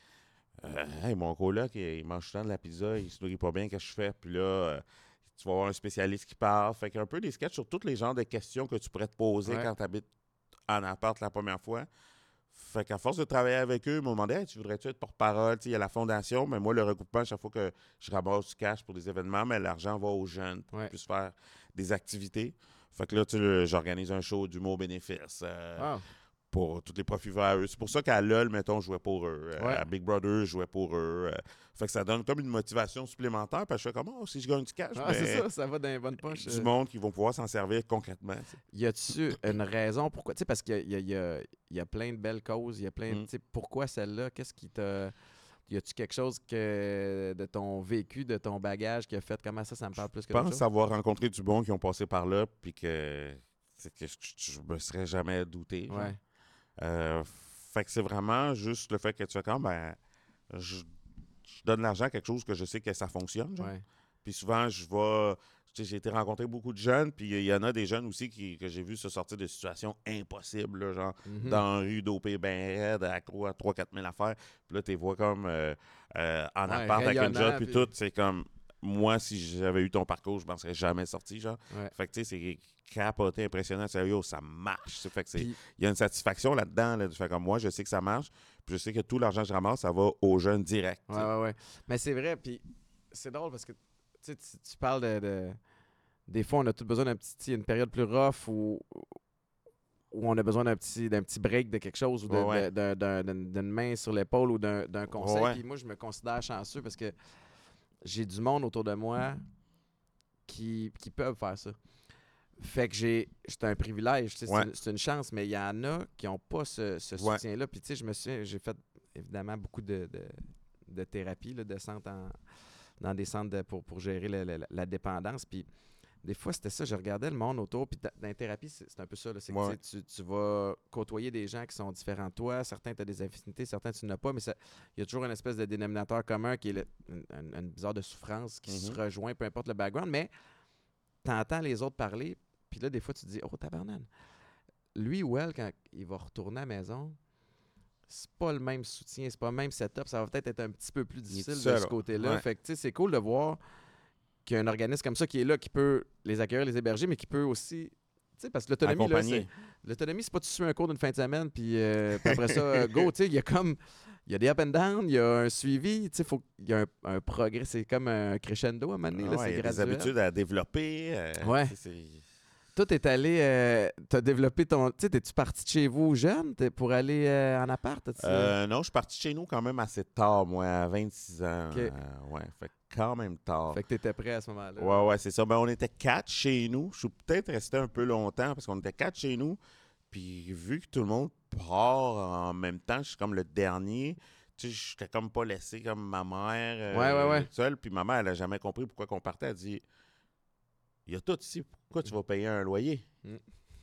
euh, hey, mon coloc, il, il mange tout le temps de la pizza, il se nourrit pas bien, qu'est-ce que je fais? Puis là, euh, tu vas avoir un spécialiste qui parle. Fait qu'un peu des sketchs sur tous les genres de questions que tu pourrais te poser Ouais. quand tu habites en appart la première fois. Fait qu'à force de travailler avec eux, ils m'ont demandé hey, tu voudrais-tu être porte-parole? Tu sais, il y a la fondation, mais moi, le regroupement, à chaque fois que je ramasse du cash pour des événements, mais l'argent va aux jeunes pour Ouais. qu'ils puissent faire des activités. Fait que là, tu sais, j'organise un show d'humour bénéfice euh, Wow. pour tous les profits vers eux. C'est pour ça qu'à LOL, mettons, je jouais pour eux. Euh, Ouais. À Big Brother, je jouais pour eux. Euh, fait que ça donne comme une motivation supplémentaire. Parce que je fais comme, oh, si je gagne du cash, Ah, ben, c'est ça, ça va dans les bonnes poches. du euh. monde qui vont pouvoir s'en servir concrètement. tu sais. Y a-tu une raison pourquoi? Tu sais, parce qu'il y a, il y, a, il y, a, il y a plein de belles causes, il y a plein de. Mm. Tu sais, pourquoi celle-là? Qu'est-ce qui t'a. Y a-tu quelque chose que de ton vécu, de ton bagage qui a fait comment ça, ça me parle plus Je que d'autres pense choses? avoir rencontré du bon qui ont passé par là, puis que, c'est que je, je- je me serais jamais douté. genre. Ouais. Euh, fait que c'est vraiment juste le fait que tu fais comme, ben, je, je donne l'argent à quelque chose que je sais que ça fonctionne. genre. Ouais. Puis souvent, je vais. Tu sais, j'ai été rencontrer beaucoup de jeunes, puis il y en a des jeunes aussi qui, que j'ai vu se sortir de situations impossibles, là, genre Mhm. dans la rue d'O P ben raide, accro à trois quatre mille affaires. Puis là, tu les vois comme euh, euh, en Ouais, appart avec une rayonnant, job, puis puis- tout. C'est comme, moi, si j'avais eu ton parcours, je m'en serais jamais sorti, genre. Ouais. Fait que, tu sais, c'est capoté, impressionnant. Sérieux, ça marche. C'est Fait que c'est... Puis- Il y a une satisfaction là-dedans. Là, de faire comme moi, je sais que ça marche, puis je sais que tout l'argent que je ramasse, ça va aux jeunes direct. tu Ouais, sais. ouais, ouais. Mais c'est vrai, puis c'est drôle parce que tu sais, tu tu parles de, de- Des fois, on a tout besoin d'un petit. Une période plus rough où, où on a besoin d'un petit, d'un petit break de quelque chose ou de- Ouais, ouais. de- d'un- d'un- d'une d'une main sur l'épaule ou d'un d'un conseil. ouais. Puis moi, je me considère chanceux parce que j'ai du monde autour de moi qui, qui peuvent faire ça. Fait que j'ai c'est un privilège, tu sais, c'est Ouais. une, c'est une chance, mais il y en a qui n'ont pas ce, ce Ouais. soutien-là. Puis tu sais, je me souviens, j'ai fait évidemment beaucoup de, de, de thérapie, là, de centre en, dans des centres de- pour, pour gérer le- le- la dépendance. Puis des fois, c'était ça. Je regardais le monde autour. Puis dans la thérapie, c'est c'est un peu ça. là. C'est que Ouais. tu sais, tu, tu vas côtoyer des gens qui sont différents de toi. Certains, tu as des affinités, certains, tu n'as pas. Mais ça- il y a toujours une espèce de dénominateur commun qui est le- une, une- une bizarre de souffrance qui se Mhm. rejoint, peu importe le background. Mais tu entends les autres parler. Puis là, des fois, tu te dis, oh, tabarnane. Lui ou elle, quand il va retourner à la maison, c'est pas le même soutien, c'est pas le même setup. Ça va peut-être être un petit peu plus Il est difficile tout de seul, ce côté-là. ouais. Fait que, tu sais, c'est cool de voir qu'il y a un organisme comme ça qui est là, qui peut les accueillir, les héberger, mais qui peut aussi. Tu sais, parce que l'autonomie, là, c'est. Accompagné. L'autonomie, c'est pas tu suis un cours d'une fin de semaine, puis, euh, puis après ça, euh, go. Tu sais, il y a comme. Il y a des up and down, il y a un suivi, tu sais, faut, il y a un, un progrès. C'est comme un crescendo à un moment donné, Ah là, ouais, c'est il y a des graduel. habitudes à développer. euh, Ouais. tu sais, c'est- Toi, t'es allé. Euh, t'as développé ton. Tu sais, t'es-tu parti de chez vous jeune t'es- pour aller euh, en appart? T'as-tu- Euh, non, je suis parti chez nous quand même assez tard, moi, à vingt-six ans. Ok. euh, ouais, fait que quand même tard. Fait que t'étais prêt à ce moment-là. Ouais, ouais, c'est ça. Ben, on était quatre chez nous. Je suis peut-être resté un peu longtemps parce qu'on était quatre chez nous. Puis vu que tout le monde part en même temps, je suis comme le dernier. Tu sais, je n'étais comme pas laissé comme ma mère euh, Ouais, ouais, ouais. seule. Puis ma mère, elle n'a jamais compris pourquoi qu'on partait. Elle dit il y a tout ici, pourquoi tu vas payer un loyer? Mm.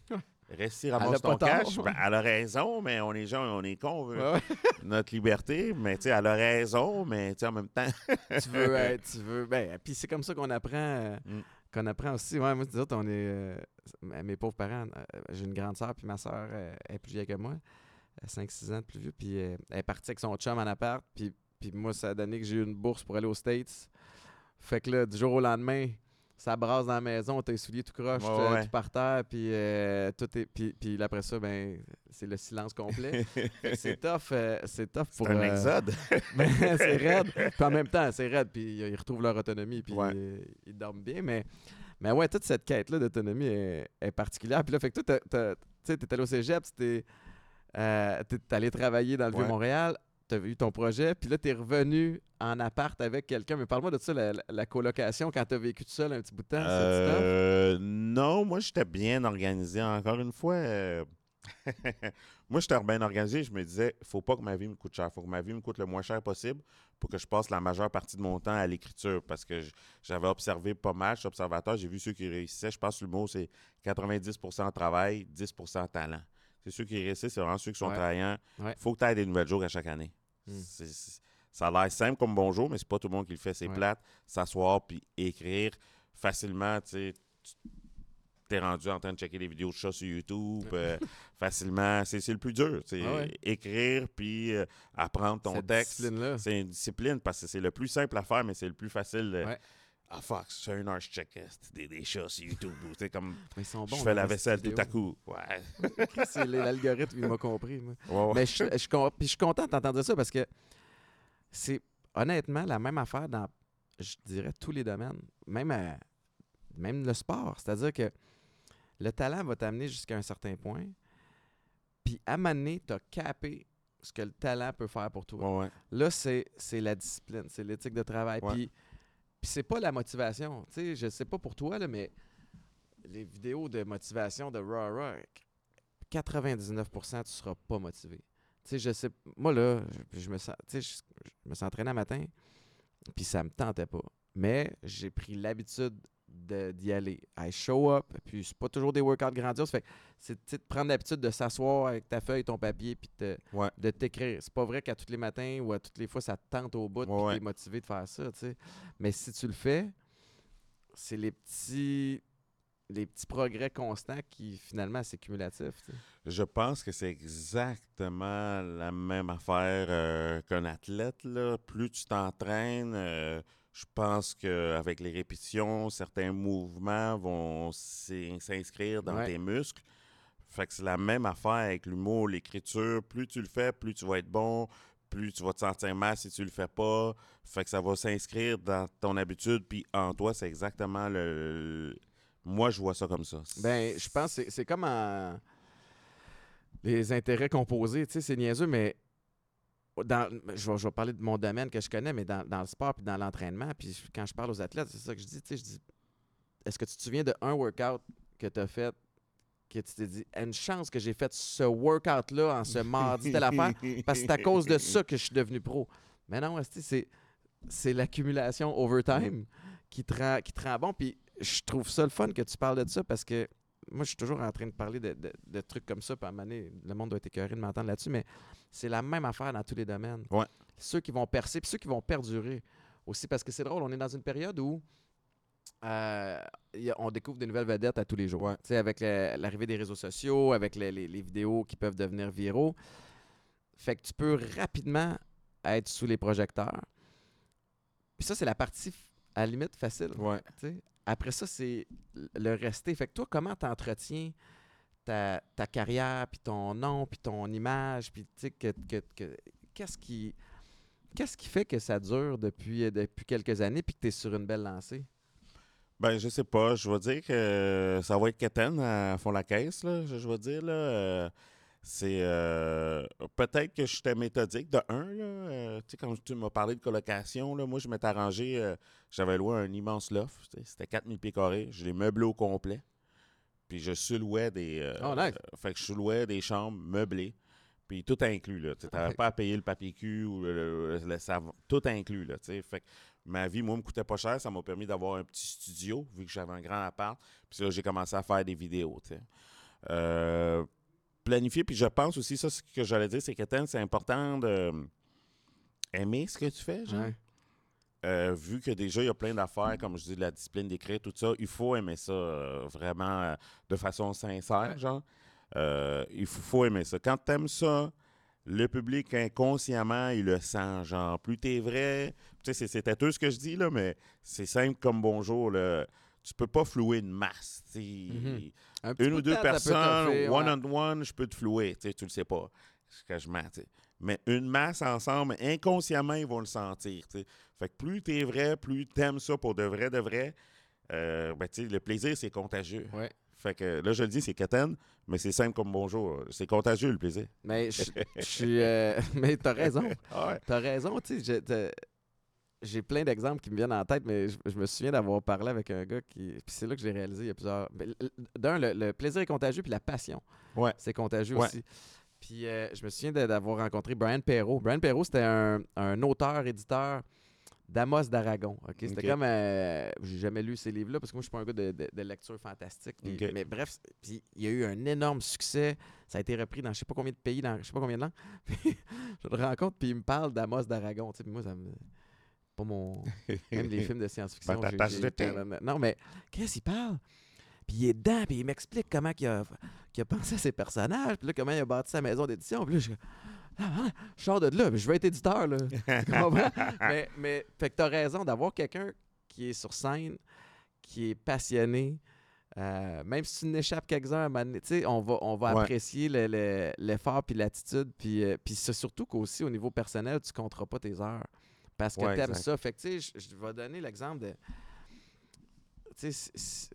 Reste ici, Elle a ramasse pas ton cash. tort. Ben, elle a raison, mais on est gens, on est cons, on veut Ouais, ouais. notre liberté. Mais tu sais, elle a raison, mais tu sais, en même temps. tu veux être, tu veux. Ben, puis c'est comme ça qu'on apprend, euh, Mm. qu'on apprend aussi. Ouais, moi, nous autres, on est. euh, mes pauvres parents, euh, j'ai une grande sœur, puis ma sœur euh, est plus vieille que moi, cinq six ans de plus vieux, puis euh, elle est partie avec son chum en appart, puis, puis moi, ça a donné que j'ai eu une bourse pour aller aux States. Fait que là, du jour au lendemain, ça brasse dans la maison, t'as les souliers tout croche, Ouais, tout, ouais. tout par terre, puis euh, tout est. Puis, puis après ça, ben, c'est le silence complet. Fait que c'est tough, euh, c'est tough pour. C'est un euh, exode. ben, c'est raide. Puis en même temps, c'est raide. Puis euh, ils retrouvent leur autonomie. Puis Ouais. euh, ils dorment bien. Mais, mais ouais, toute cette quête-là d'autonomie est, est particulière. Puis là, fait que toi, t'as- t'as- tu sais, t'es allé au cégep, t'es euh, t'es allé travailler dans le Ouais. Vieux-Montréal, t'as eu ton projet. Puis là, t'es revenu en appart avec quelqu'un. Mais parle-moi de ça, la, la- la colocation, quand t'as vécu tout seul un petit bout de temps. C'est tough? Euh, non, moi j'étais bien organisé. Encore une fois, euh, moi j'étais bien organisé. Je me disais, faut pas que ma vie me coûte cher. Faut que ma vie me coûte le moins cher possible pour que je passe la majeure partie de mon temps à l'écriture. Parce que j- j'avais observé pas mal. Je suis observateur. J'ai vu ceux qui réussissaient. Je pense que le mot c'est quatre-vingt-dix pour cent travail, dix pour cent talent. C'est ceux qui réussissent, c'est vraiment ceux qui sont Ouais. travaillants. Ouais. Faut que tu aies des nouvelles jokes à chaque année. Hmm. C'est- c'est- ça a l'air simple comme bonjour, mais c'est pas tout le monde qui le fait. C'est Ouais. plate. S'asseoir puis écrire facilement, tu sais. T'es rendu en train de checker des vidéos de chats sur YouTube euh, facilement. C'est c'est le plus dur. tu sais. Ah ouais. Écrire puis euh, apprendre ton Cette texte. discipline-là. C'est une discipline parce que c'est le plus simple à faire, mais c'est le plus facile. de- Ouais. Ah fuck, c'est un heure, je check euh, c'est des, des chats sur YouTube. Tu sais, comme Mais ils sont bons. je fais la dans ces vaisselle tout vidéos. à coup. Ouais. C'est l'algorithme, il m'a compris. Moi. Ouais, ouais. Mais je, je, con- puis je suis content d'entendre ça parce que c'est honnêtement la même affaire dans, je dirais, tous les domaines. Même, à- même le sport. C'est-à-dire que le talent va t'amener jusqu'à un certain point. Puis à un moment donné, tu as capé ce que le talent peut faire pour toi. Ouais, ouais. Là, c'est c'est la discipline, c'est l'éthique de travail. Ouais. Puis, puis c'est pas la motivation. Tu sais, je sais pas pour toi, là, mais les vidéos de motivation de Raw Rock, quatre-vingt-dix-neuf pour cent, tu seras pas motivé. Tu sais, je sais, moi là, je, je me sens, tu sais, je, je me suis entraîné un matin, puis ça me tentait pas. Mais j'ai pris l'habitude de- d'y aller. I show up, puis c'est pas toujours des workouts grandioses. Fait que c'est tu sais, de prendre l'habitude de s'asseoir avec ta feuille, ton papier, puis de, Ouais. de t'écrire. C'est pas vrai qu'à tous les matins ou à toutes les fois, ça te tente au bout, puis Ouais, ouais. t'es motivé de faire ça, tu sais. Mais si tu le fais, c'est les petits les petits progrès constants qui, finalement, c'est cumulatif, tu sais. Je pense que c'est exactement la même affaire euh, qu'un athlète. Là. Plus tu t'entraînes, euh, je pense qu'avec les répétitions, certains mouvements vont s'in- s'inscrire dans Ouais. tes muscles. Fait que c'est la même affaire avec l'humour, l'écriture. Plus tu le fais, plus tu vas être bon, plus tu vas te sentir mal si tu le fais pas. Fait que ça va s'inscrire dans ton habitude, puis en toi, c'est exactement le... Moi, je vois ça comme ça. Ben, je pense que c'est- c'est comme en... les intérêts composés, tu sais, c'est niaiseux, mais dans, je, vais, je vais parler de mon domaine que je connais, mais dans, dans le sport puis dans l'entraînement, puis je- quand je parle aux athlètes, c'est ça que je dis, tu sais, je dis, est-ce que tu te souviens de un workout que tu as fait, que tu t'es dit, une chance que j'ai fait ce workout-là en ce mardi, telle affaire, parce que c'est à cause de ça que je suis devenu pro. Mais non, esti, c'est c'est l'accumulation overtime qui te rend, qui te rend bon. Puis je trouve ça le fun que tu parles de ça parce que moi, je suis toujours en train de parler de, de, de trucs comme ça. Puis à un moment donné, le monde doit être écœuré de m'entendre là-dessus, mais c'est la même affaire dans tous les domaines. Ouais. Ceux qui vont percer, puis ceux qui vont perdurer aussi, parce que c'est drôle, on est dans une période où euh, y a- on découvre des nouvelles vedettes à tous les jours. Ouais. Tu sais, avec le- l'arrivée des réseaux sociaux, avec les, les- les vidéos qui peuvent devenir viraux. Fait que tu peux rapidement être sous les projecteurs. Puis ça, c'est la partie, f- à la limite, facile. Ouais. Tu sais. Après ça, c'est le rester. Fait que toi, comment tu entretiens ta, ta carrière, puis ton nom, puis ton image, puis tu sais, que, que- que- qu'est-ce qui, qu'est-ce qui fait que ça dure depuis, euh, depuis quelques années, puis que tu es sur une belle lancée? Ben, je sais pas. Je vais dire que ça va être Keten à fond la caisse, là. Je, je vais dire, là. euh, c'est euh, peut-être que j'étais méthodique de un, là. euh, tu sais, quand tu m'as parlé de colocation, là, moi, je m'étais arrangé. euh, j'avais loué un immense loft. tu sais, C'était quatre mille pieds carrés. Je l'ai meublé au complet. Puis je sous-louais des. euh, Oh, nice. euh, fait que je sous-louais des chambres meublées. Puis tout inclus, là. Tu n'avais pas à payer le papier cul ou le, le- le savon. Tout inclus, là. tu sais. Fait que ma vie, moi, me coûtait pas cher. Ça m'a permis d'avoir un petit studio, vu que j'avais un grand appart. Puis là, j'ai commencé à faire des vidéos, tu sais. Euh, planifier, puis je pense aussi, ça, ce que j'allais dire, c'est que Ken, c'est important de aimer ce que tu fais, genre. Ouais. Euh, vu que déjà, il y a plein d'affaires, comme je dis, de la discipline d'écrire, tout ça, il faut aimer ça euh, vraiment euh, de façon sincère, Ouais. genre. Euh, il faut, faut aimer ça. Quand tu aimes ça, le public inconsciemment, il le sent, genre. Plus t'es vrai, tu sais, c'est, c'est têteux ce que je dis, là, mais c'est simple comme bonjour, là. Tu peux pas flouer une masse, tu sais. Mhm. Un petit Une bout ou de deux temps, ça peut personnes, toffer, ouais. one-on-one, je peux te flouer, tu sais, tu le sais pas. Ce que je mens, tu sais. Mais une masse ensemble, inconsciemment, ils vont le sentir, tu sais. Fait que plus t'es vrai, plus t'aimes ça pour de vrai, de vrai, euh, ben, tu sais, le plaisir, c'est contagieux. Ouais. Fait que là, je le dis, c'est quétaine, mais c'est simple comme bonjour. C'est contagieux, le plaisir. Mais je je suis. euh, mais t'as raison. Ah ouais. T'as raison, tu sais. je- t'as- J'ai plein d'exemples qui me viennent en tête, mais je, je me souviens d'avoir parlé avec un gars qui. Puis c'est là que j'ai réalisé il y a plusieurs. ben, l- l- D'un, le, le plaisir est contagieux, puis la passion, Ouais. c'est contagieux Ouais. aussi. Puis euh, je me souviens de- d'avoir rencontré Brian Perrault. Brian Perrault, c'était un, un auteur, éditeur d'Amos d'Aragon. ok? C'était Ok. comme. euh, j'ai jamais lu ces livres-là parce que moi, je suis pas un gars de, de- de lecture fantastique. Puis- Ok. Mais bref, c- puis il y a eu un énorme succès. Ça a été repris dans je sais pas combien de pays, dans je sais pas combien de langues. Puis je le rencontre, puis il me parle d'Amos d'Aragon. tu sais, puis moi, ça me. Pas mon. Même les films de science-fiction. Ben, ta j'ai- tasse j'ai- de thé. Non, mais qu'est-ce qu'il parle? Puis il est dedans, puis il m'explique comment il a, qu'il a pensé à ses personnages, puis là, comment il a bâti sa maison d'édition. Puis là, je, ah, ah, je sors de là, puis je veux être éditeur, là. Tu comprends? mais, mais, fait que t'as raison d'avoir quelqu'un qui est sur scène, qui est passionné, euh, même si tu n'échappes quelques-uns, à un moment donné, tu sais, on va, on va Ouais. apprécier le- le- l'effort puis l'attitude, puis, euh, puis c'est surtout qu'aussi, au niveau personnel, tu ne compteras pas tes heures. Parce que Ouais, t'aimes exact. ça. Fait que, tu sais, je je vais donner l'exemple de. Tu sais, c'est- c'est-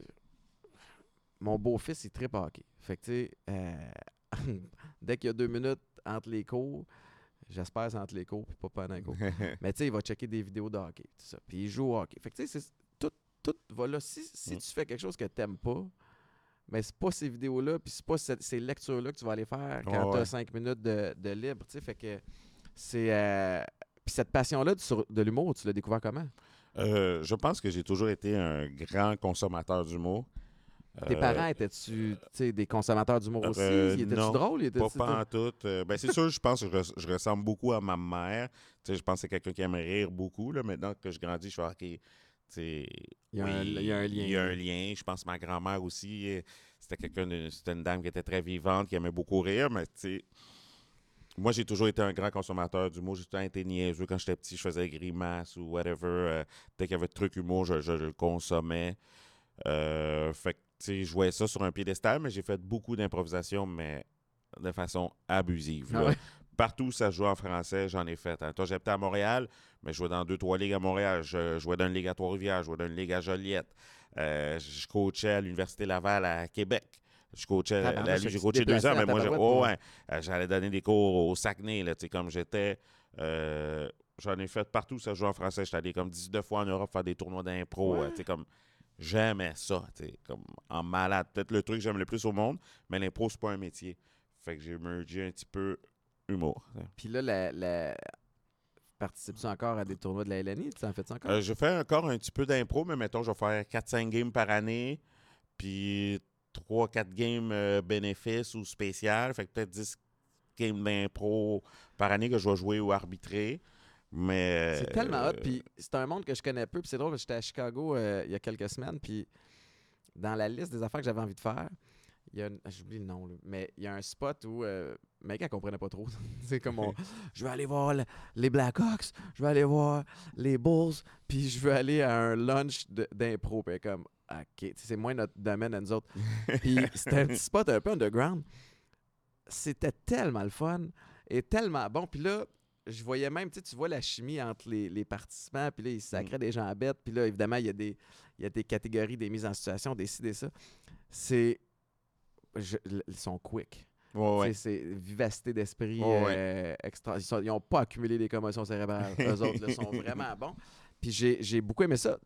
mon beau-fils, il tripe hockey. Fait que, tu sais, euh, dès qu'il y a deux minutes entre les cours, j'espère que c'est entre les cours puis pas pendant les cours. Mais tu sais, il va checker des vidéos de hockey, tout ça. Puis il joue au hockey. Fait que, tu sais, c'est- tout, tout va là. Si, si Mm. tu fais quelque chose que t'aimes pas, mais c'est pas ces vidéos-là, puis c'est pas cette- ces lectures-là que tu vas aller faire quand Ouais, tu as ouais. cinq minutes de, de libre, tu sais. Fait que c'est. euh, Puis cette passion-là du- sur- de l'humour, tu l'as découvert comment? Euh, je pense que j'ai toujours été un grand consommateur d'humour. Tes Euh, parents étaient-tu tu sais, des consommateurs d'humour aussi? Euh, Ils étaient-tu non, drôles? Ils Pas, étaient-tu- pas en tout. Euh, ben, c'est sûr, je pense que je, res- je ressemble beaucoup à ma mère. Tu sais, je pense que c'est quelqu'un qui aime rire beaucoup. Là. Maintenant que je grandis, je suis OK. tu sais, Il y a oui, un- il y a un Il y lien, a un là. lien. Je pense que ma grand-mère aussi, euh, c'était quelqu'un de, c'était une dame qui était très vivante, qui aimait beaucoup rire. Mais tu sais, moi, j'ai toujours été un grand consommateur d'humour. J'ai tout le temps été niaiseux. Quand j'étais petit, je faisais des grimaces ou whatever. Euh, dès qu'il y avait de trucs humour, je, je- je le consommais. Euh, fait que, tu sais, je jouais ça sur un piédestal, mais j'ai fait beaucoup d'improvisation, mais de façon abusive. Ah là. ouais? Partout où ça se jouait en français, j'en ai fait. Hein. Toi, j'habitais à Montréal, mais je jouais dans deux, trois ligues à Montréal. Je jouais dans une ligue à Trois-Rivières, je jouais dans une ligue à Joliette. Euh, je coachais à l'Université Laval à Québec. Je coachais, Tabarnak, là, fait que j'ai tu te coaché deux déplaçais ans, en mais moi, j'ai- tabarouette oh, pour- ouais, euh, j'allais donner des cours au Saguenay, là, tu sais, comme j'étais. euh, j'en ai fait partout où ça se joue en français. J'étais allé comme dix-neuf fois en Europe faire des tournois d'impro. Ouais. euh, tu sais, comme j'aimais ça, tu sais, comme en malade. Peut-être le truc que j'aime le plus au monde, mais l'impro, c'est pas un métier. Fait que j'ai mergé un petit peu humour. tu sais. Puis là, la, la- participes-tu encore à des tournois de la L N I? Tu en fais-tu encore? Euh, je fais encore un petit peu d'impro, mais mettons, je vais faire quatre cinq games par année, puis trois quatre games euh, bénéfices ou spéciales. Fait que peut-être dix games d'impro par année que je vais jouer ou arbitrer. Mais. C'est tellement hot, euh, puis c'est un monde que je connais peu, puis c'est drôle, parce que j'étais à Chicago euh, il y a quelques semaines, puis dans la liste des affaires que j'avais envie de faire, il y a une- j'oublie le nom, là, mais il y a un spot où euh, le mec, elle comprenait pas trop. C'est comme on, je veux aller voir le- les Blackhawks, je veux aller voir les Bulls, puis je veux aller à un lunch de- d'impro. Puis elle est comme, OK, tu sais, c'est moins notre domaine à nous autres. Puis c'était un petit spot un peu underground. C'était tellement le fun et tellement bon. Puis là, je voyais même, tu sais, tu vois la chimie entre les, les participants, puis là, ils sacraient des gens à bête. Puis là, évidemment, il y a des, il y a des catégories, des mises en situation, des ci, des ça. C'est. je- ils sont quick. ouais, ouais. Tu sais, C'est vivacité d'esprit Ouais, ouais. euh, extra. Ils n'ont pas accumulé des commotions cérébrales. Eux autres, là, sont vraiment bons. Puis j'ai j'ai beaucoup aimé ça.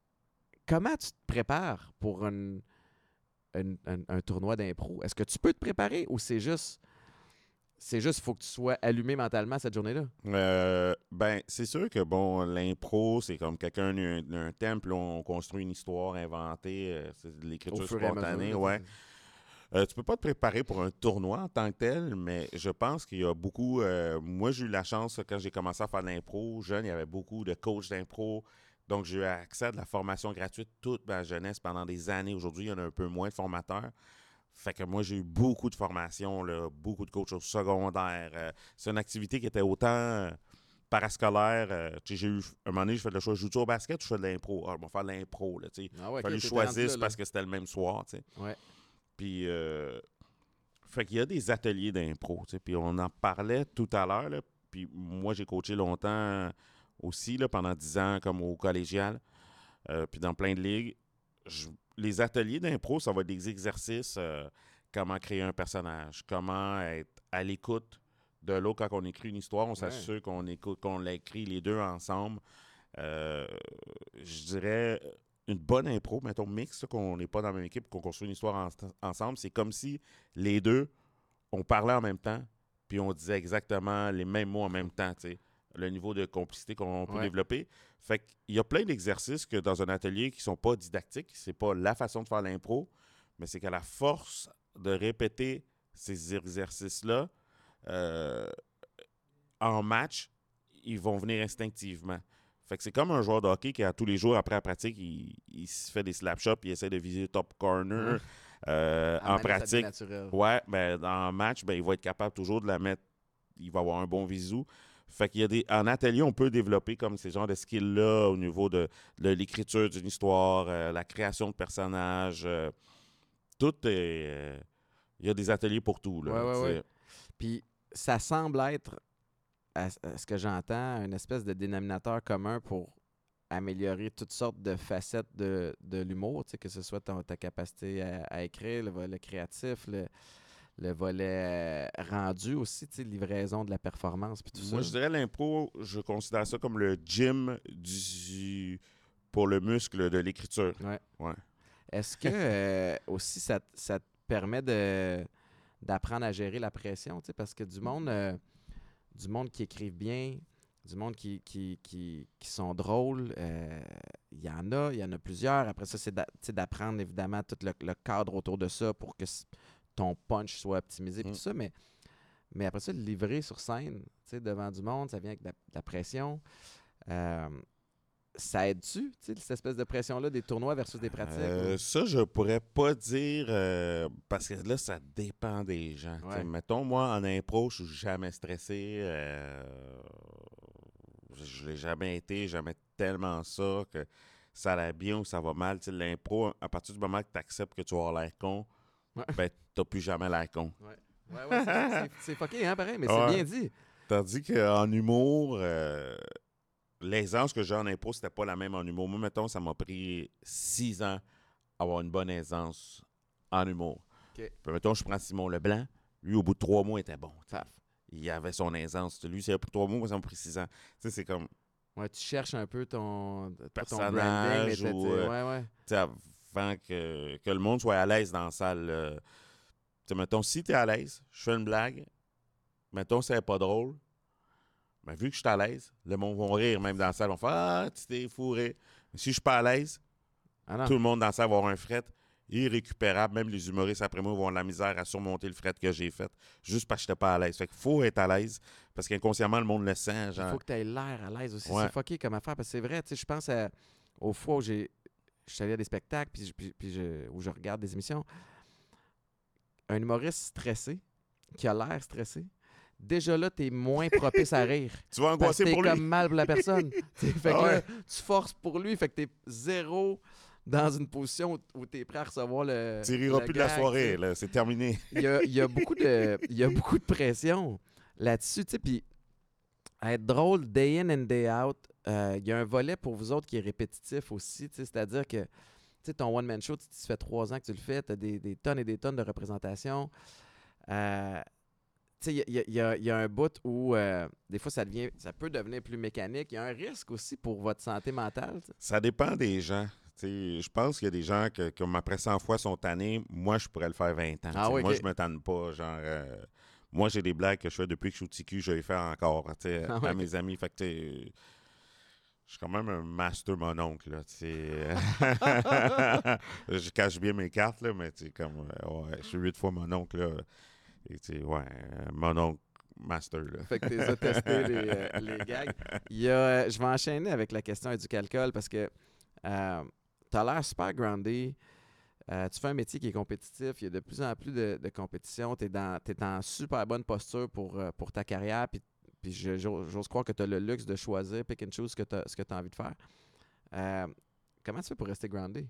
Comment tu te prépares pour une- une- un, un tournoi d'impro? Est-ce que tu peux te préparer ou c'est juste. C'est juste, il faut que tu sois allumé mentalement cette journée-là? Euh, ben, c'est sûr que, bon, l'impro, c'est comme quelqu'un a un, un thème, puis là, on construit une histoire inventée, euh, c'est de Au l'écriture fur et à mesure. spontanée, Là, ouais. tu sais. Euh, tu peux pas te préparer pour un tournoi en tant que tel, mais je pense qu'il y a beaucoup. Euh, moi, j'ai eu la chance, quand j'ai commencé à faire de l'impro, jeune, il y avait beaucoup de coachs d'impro. Donc, j'ai eu accès à de la formation gratuite toute ma jeunesse pendant des années. Aujourd'hui, il y en a un peu moins de formateurs. Fait que moi, j'ai eu beaucoup de formations, là, beaucoup de coachs au secondaire. Euh, c'est une activité qui était autant euh, parascolaire. Euh, tu sais, j'ai eu, un moment donné, j'ai fait le choix, je joue au basket ou je fais de l'impro? Ah, je vais faire de l'impro, là, tu sais. Ah ouais, Il fallait ok, que je t'étais rendu choisisse là, là. parce que c'était le même soir, tu sais. Ouais. Puis, euh, fait qu'il y a des ateliers d'impro, tu sais. Puis on en parlait tout à l'heure, là. Puis moi, j'ai coaché longtemps aussi, là, pendant dix ans, comme au collégial, euh, puis dans plein de ligues. Je- les ateliers d'impro, ça va être des exercices, euh, comment créer un personnage, comment être à l'écoute de l'autre quand on écrit une histoire. On Ouais. s'assure qu'on écoute, qu'on l'écrit les deux ensemble. Euh, je dirais une bonne impro, mettons mix, là, qu'on n'est pas dans la même équipe, qu'on construit une histoire en- ensemble. C'est comme si les deux, on parlait en même temps, puis on disait exactement les mêmes mots en même temps, tu sais. Le niveau de complicité qu'on peut Ouais. développer. Fait qu'il y a plein d'exercices que dans un atelier qui sont pas didactiques, c'est pas la façon de faire l'impro, mais c'est qu'à la force de répéter ces exercices-là, euh, en match, ils vont venir instinctivement. Fait que c'est comme un joueur de hockey qui, à tous les jours, après la pratique, il, il se fait des slap shots, puis il essaie de viser le top corner. Ouais. Euh, À un en moment donné, ça devient pratique, naturel. ouais, ben, en match, ben, il va être capable toujours de la mettre. Il va avoir un bon visu. Fait qu'il y a des. En atelier, on peut développer comme ces genres de skills-là au niveau de, de l'écriture d'une histoire, euh, la création de personnages. euh, tout est. euh, Il y a des ateliers pour tout, là. Ouais, ouais, tu ouais. sais. Puis ça semble être, à, à ce que j'entends, une espèce de dénominateur commun pour améliorer toutes sortes de facettes de, de l'humour, tu sais, que ce soit ton- ta capacité à, à écrire, le volet créatif, le, le volet euh, rendu aussi, tu sais, livraison de la performance, puis tout Moi, ça. je dirais l'impro, je considère ça comme le gym du pour le muscle de l'écriture. Ouais. Ouais. Est-ce que euh, aussi ça, t- ça te permet de d'apprendre à gérer la pression, tu sais, parce que du monde, euh, du monde qui écrivent bien, du monde qui, qui, qui, qui sont drôles, euh, il y en a, il y en a plusieurs. Après ça, c'est d'a- tu sais, d'apprendre évidemment tout le, le cadre autour de ça pour que s- ton punch soit optimisé, puis Mm. tout ça, mais, mais après ça, le livrer sur scène, tu sais, devant du monde, ça vient avec de la, de la pression. Euh, Ça aide-tu, tu sais, cette espèce de pression-là des tournois versus des pratiques? Euh, ou- ça, je pourrais pas dire euh, parce que là, ça dépend des gens. T'sais, Ouais. mettons, moi, en impro, je suis jamais stressé. euh, je l'ai jamais été, jamais tellement ça que ça allait bien ou ça va mal. T'sais, l'impro, à partir du moment que tu acceptes que tu vas avoir l'air con, Ouais. ben, t'as plus jamais l'air con. Ouais, ouais, ouais, c'est- c'est c'est fucké, hein, pareil, mais c'est Ouais. bien dit. Tandis qu'en humour, euh, l'aisance que j'ai en impro, c'était pas la même en humour. Moi, mettons, ça m'a pris six ans avoir une bonne aisance en humour. OK. Puis, mettons, je prends Simon Leblanc. Lui, au bout de trois mois, il était bon. t'sais. Paf. Il avait son aisance. Lui, ça a pris trois mois, moi, ça m'a pris six ans. Tu sais, c'est comme Ouais, tu cherches un peu ton, pas ton branding, mais personnage t'as- ou... t'sais, euh, ouais, ouais. tu sais, avant que, que le monde soit à l'aise dans la salle. euh, tu sais, mettons, si t'es à l'aise, je fais une blague. Mettons, c'est pas drôle. Ben, vu que je suis à l'aise, le monde va rire, même dans la salle. On va faire Ah, tu t'es fourré. Mais si je suis pas à l'aise, Ah non. tout le monde dans la salle va avoir un fret irrécupérable. Même les humoristes après moi vont avoir de la misère à surmonter le fret que j'ai fait juste parce que je n'étais pas à l'aise. Fait qu'il faut être à l'aise parce qu'inconsciemment, le monde le sent. Il Genre, faut que tu aies l'air à l'aise aussi. ouais. C'est fucké comme affaire. Parce que c'est vrai, tu sais, je pense à- aux fois où j'ai. Je suis allé à des spectacles puis, je- puis- puis je- où je regarde des émissions. Un humoriste stressé, qui a l'air stressé, déjà là, t'es moins propice à rire. Tu vas Parce angoisser que t'es pour lui. comme mal pour la personne. T'sais, fait que Ah ouais. là, tu forces pour lui, fait que t'es zéro dans une position où, où t'es prêt à recevoir le. Tu riras le plus de la gag, soirée, t'sais. là. C'est terminé. Il y a, il y a beaucoup de, il y a beaucoup de pression là-dessus, tu sais, puis être drôle day in and day out, euh, il y a un volet pour vous autres qui est répétitif aussi, tu sais, c'est-à-dire que, tu sais, ton one-man show, tu tu fais trois ans que tu le fais, tu as des, des tonnes et des tonnes de représentations. Euh, tu sais, il y, a- il y a- il y a un bout où, euh, des fois, ça devient, ça peut devenir plus mécanique. Il y a un risque aussi pour votre santé mentale, tu sais. Ça dépend des gens. Tu sais, je pense qu'il y a des gens que, comme après cent fois, sont tannés. Moi, je pourrais le faire vingt ans. Ah Tu sais, oui, moi, ok. je me tanne pas. Genre, euh, moi, j'ai des blagues que je fais depuis que je suis au T Q, je les fais encore tu sais, Ah à ouais, ok. mes amis. Fait que, tu sais, je suis quand même un master mononcle. Là, tu sais. Je cache bien mes cartes, là, mais tu sais, comme, euh, ouais, je suis huit fois mononcle. Là, et, tu sais, ouais, euh, mononcle master. Là. Fait que tu les as testés, les, euh, les gags. Il y a, euh, je vais enchaîner avec la question du calcul parce que euh, tu as l'air super groundé. Euh, tu fais un métier qui est compétitif. Il y a de plus en plus de, de compétition. Tu es dans, t'es en super bonne posture pour, euh, pour ta carrière. Puis, puis je- j'ose j'ose croire que tu as le luxe de choisir, pick and choose ce que tu as envie de faire. Euh, comment tu fais pour rester groundé?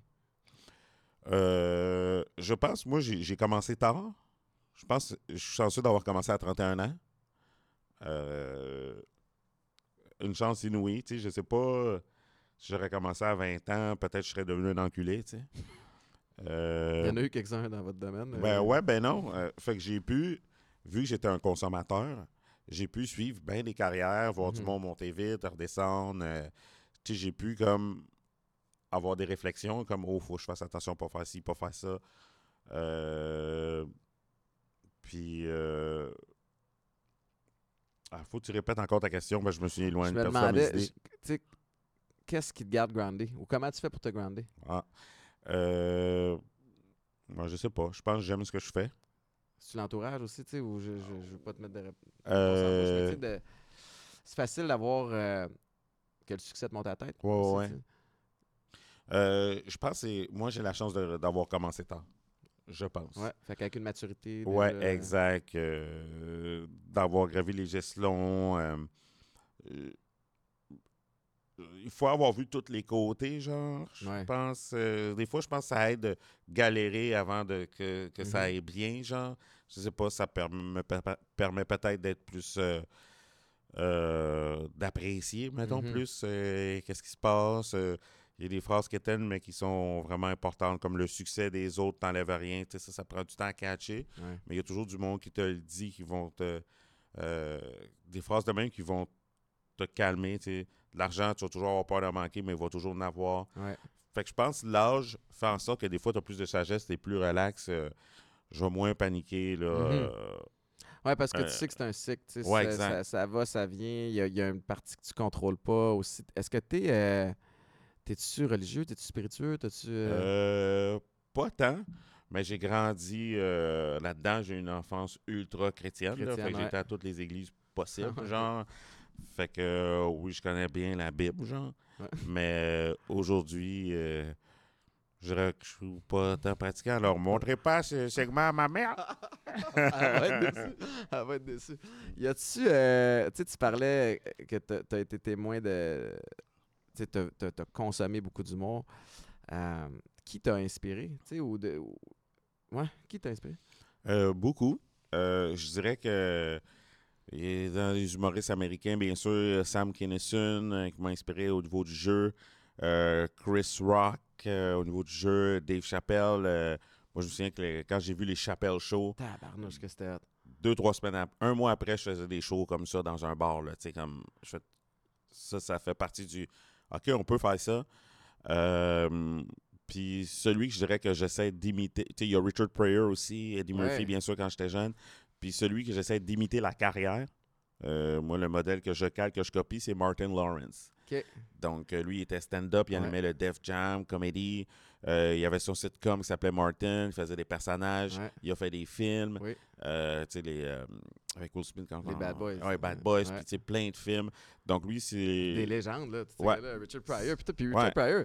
Euh, je pense, moi, j'ai j'ai commencé tard. Je pense, je suis chanceux d'avoir commencé à trente et un ans. Euh, une chance inouïe, tu sais, je sais pas si j'aurais commencé à vingt ans, peut-être je serais devenu un enculé, tu sais. Il y Euh, en a eu quelques-uns dans votre domaine. ben euh, ouais, ben non. Euh, fait que j'ai pu, vu que j'étais un consommateur, j'ai pu suivre bien des carrières, voir du mhm. monde monter vite, redescendre. euh, tu sais, j'ai pu comme avoir des réflexions comme oh, faut que je fasse attention, pas faire ci, pas faire ça. Euh, puis euh, ah, faut que tu répètes encore ta question, ben je me suis Je éloigné, me perdu dans mes demandais, je- idées. tu sais, qu'est-ce qui te garde groundé? Ou comment tu fais pour te grounder? Ah. Euh, moi, je sais pas. Je pense que j'aime ce que je fais. C'est l'entourage aussi, tu sais, ou je, je, je veux pas te mettre de rép- réponse en bouche, mais tu Euh, sais, de- c'est facile d'avoir euh, que le succès te monte à la tête. ouais, aussi, ouais, tu ouais. sais. Euh, je pense que c'est- moi, j'ai la chance de- d'avoir commencé tard. Je pense. Ouais, fait qu'avec une maturité Ouais, déjà. exact. Euh, d'avoir gravi les échelons. euh, euh, il faut avoir vu tous les côtés, genre. Je Ouais. pense. Euh, des fois, je pense que ça aide de galérer avant de, que, que ça Mhm. aille bien, genre. Je sais pas, ça permet, me per- permet peut-être d'être plus. euh, euh, d'apprécier, mettons, Mhm. plus euh, qu'est-ce qui se passe. Euh, Il y a des phrases qui éteignent, mais qui sont vraiment importantes, comme le succès des autres t'enlève rien. Tu sais, ça, ça prend du temps à catcher. Ouais. Mais il y a toujours du monde qui te le dit, qui vont te. euh, des phrases de même qui vont te calmer. Tu sais. De l'argent, tu vas toujours avoir peur de manquer, mais il va toujours en avoir. Ouais. Fait que je pense que l'âge fait en sorte que des fois, tu as plus de sagesse, tu es plus relax. euh, je vais moins paniquer. Là, Mhm. euh, Ouais, parce que tu euh, sais que c'est un cycle, tu sais, ouais, ça, exact. ça, ça va, ça vient, il y a, il y a une partie que tu contrôles pas aussi. Est-ce que t'es, euh, t'es-tu religieux, t'es-tu spiritueux, t'as-tu... euh, Euh, pas tant, mais j'ai grandi euh, là-dedans. J'ai eu une enfance ultra chrétienne. Là, fait chrétienne, que ouais. j'étais à toutes les églises possibles, Ok. genre. Fait que euh, oui, je connais bien la Bible, genre. Ouais. Mais euh, aujourd'hui, euh, je dirais que je suis pas tant pratiquant. Alors, montrez pas ce segment à ma mère. Elle va être déçue. Elle va être déçue. Y a-tu, euh, tu sais, tu parlais que tu as été témoin de, tu sais, tu as consommé beaucoup d'humour. Euh, qui t'a inspiré, tu sais, ou de, ou- ouais, qui t'a inspiré? Euh, beaucoup. Euh, je dirais que et dans les humoristes américains, bien sûr, Sam Kinison, euh, qui m'a inspiré au niveau du jeu. Euh, Chris Rock, euh, au niveau du jeu. Dave Chappelle. euh, moi, je me souviens que les- quand j'ai vu les Chappelle Show, Tabarnouche que c'était hot. deux, trois semaines après, un mois après, je faisais des shows comme ça dans un bar. Là, tu sais, comme, je fais- ça, ça fait partie du OK, on peut faire ça. Euh, Puis celui que je dirais que j'essaie d'imiter, tu sais, il y a Richard Pryor aussi, Eddie Murphy, Ouais. bien sûr, quand j'étais jeune. Puis celui que j'essaie d'imiter la carrière, Euh, moi, le modèle que je cale, que je copie, c'est Martin Lawrence. OK. Donc, euh, lui, il était stand-up, il Ouais. animait le Def Jam, comédie. Euh, il avait son sitcom qui s'appelait Martin, il faisait des personnages, Ouais. il a fait des films. Oui. Euh, tu sais, les. euh, avec Will Smith, quand Les on- Bad Boys. Ouais, Bad Boys, Ouais. puis tu sais, plein de films. Donc, lui, c'est. Des légendes, là. Tu sais, Ouais. là, Richard Pryor. Puis, tout, puis Ouais. Richard Pryor.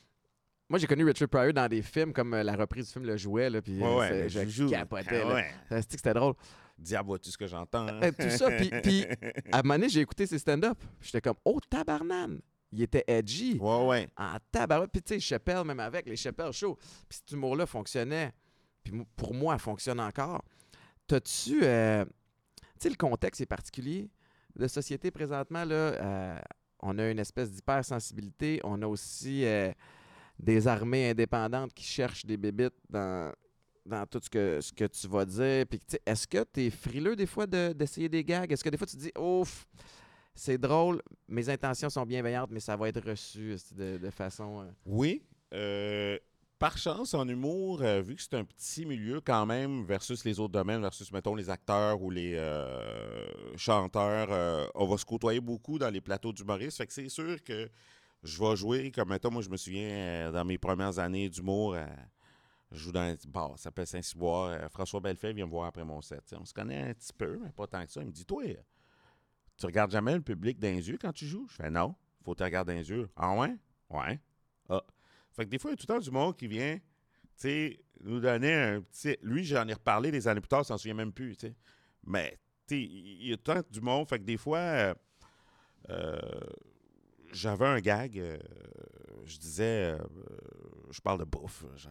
Moi, j'ai connu Richard Pryor dans des films comme euh, la reprise du film Le Jouet, là, puis Ouais, euh, ouais, c'est- le je joujou. capotais. Ah là. ouais. Euh, c'est que c'était drôle. Diable, vois-tu ce que j'entends? hein? Euh, tout ça, puis, puis à un moment donné, j'ai écouté ses stand-up. J'étais comme, oh, tabarnane! Il était edgy. Ouais, ouais. En tabarouette. Puis, tu sais, Chappelle, même avec, les Chappelle Show. Puis, cet humour-là fonctionnait. Puis, mo- pour moi, elle fonctionne encore. T'as-tu. euh, Tu sais, le contexte est particulier de société présentement, là. euh, on a une espèce d'hypersensibilité. On a aussi euh, des armées indépendantes qui cherchent des bébites dans, dans tout ce que, ce que tu vas dire. Puis, tu sais, est-ce que tu es frileux des fois de- d'essayer des gags? Est-ce que des fois tu te dis, ouf, c'est drôle, mes intentions sont bienveillantes, mais ça va être reçu esti, de, de façon. euh, Oui. euh, par chance, en humour, euh, vu que c'est un petit milieu quand même, versus les autres domaines, versus, mettons, les acteurs ou les euh, chanteurs, euh, on va se côtoyer beaucoup dans les plateaux d'humoristes. Fait que c'est sûr que je vais jouer, comme, mettons, moi, je me souviens, euh, dans mes premières années d'humour, euh, je joue dans un petit bar, ça s'appelle Saint-Cyboire. Euh, François Bellefeuille vient me voir après mon set. T'sais, on se connaît un petit peu, mais pas tant que ça. Il me dit, toi, euh, tu regardes jamais le public dans les yeux quand tu joues? Je fais, non, faut te regarder dans les yeux. Ah ouais? Ouais. Ah. Fait que des fois, il y a tout le temps du monde qui vient, tu sais, nous donner un petit. Lui, j'en ai reparlé des années plus tard, il s'en souvient même plus, tu sais. Mais, tu sais, il y a tout le temps du monde. Fait que des fois, euh, euh, j'avais un gag, euh, je disais, euh, je parle de bouffe, genre,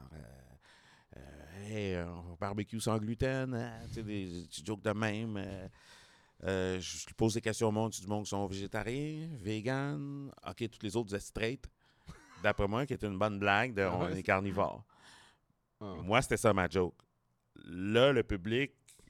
euh, euh, hey, un barbecue sans gluten, hein, tu sais, des, des petits jokes de même. euh, euh, je lui pose des questions au monde, du monde qui sont végétariens, vegan, ok, tous les autres, vous êtes straight. D'après moi, qui est une bonne blague de Ah on ouais, est carnivore. ah. Moi, c'était ça ma joke. Là, le public,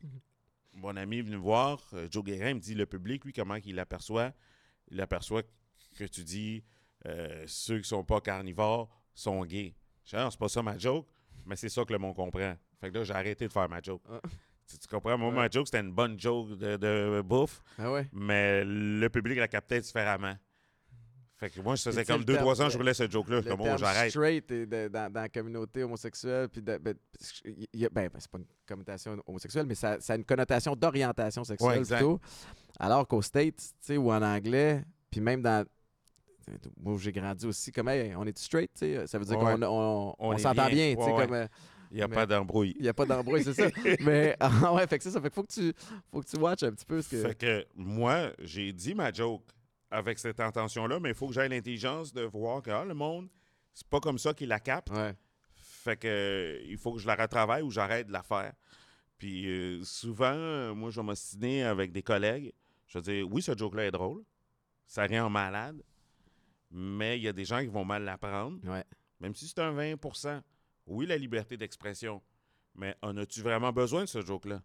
mon ami est venu me voir, euh, Joe Guérin me dit, le public, lui, comment il l'aperçoit? Il aperçoit que tu dis, euh, ceux qui sont pas carnivores sont gays. Je dis, non, c'est pas ça ma joke, mais c'est ça que le monde comprend. Fait que là, j'ai arrêté de faire ma joke. Ah. Tu, tu comprends? Moi, Ouais. ma joke, c'était une bonne joke de, de bouffe, Ah ouais. mais le public la captait différemment. Fait que moi, ça faisait Puis, tu sais, comme le deux terme- trois ans, le- je roulais ce joke-là. Le Comme, oh, terme j'arrête. straight est de- dans, dans la communauté homosexuelle, puis de- ben, il y a- ben, ben, c'est pas une connotation homosexuelle, mais ça, ça a une connotation d'orientation sexuelle Ouais, exact. plutôt. Alors qu'aux States, tu sais, ou en anglais, puis même dans. Moi, où j'ai grandi aussi, comme, hey, on est straight, tu sais, ça veut dire Ouais. qu'on on, On on est s'entend bien. bien, tu sais, Ouais, comme. euh, Il n'y a mais- pas d'embrouille. Il n'y a pas d'embrouille, c'est ça. Mais, ah ouais, fait que c'est ça. Fait que faut que tu, faut que tu watches un petit peu ce que. Fait que moi, j'ai dit ma joke avec cette intention-là, mais il faut que j'aie l'intelligence de voir que ah, le monde, c'est pas comme ça qu'il la capte. Ouais. Fait que euh, il faut que je la retravaille ou j'arrête de la faire. Puis euh, souvent, euh, moi, je vais m'ostiner avec des collègues. Je vais dire, oui, ce joke-là est drôle. Ça rend malade. Mais il y a des gens qui vont mal l'apprendre. Ouais. Même si c'est un vingt pour cent. Oui, la liberté d'expression. Mais en as-tu vraiment besoin de ce joke-là?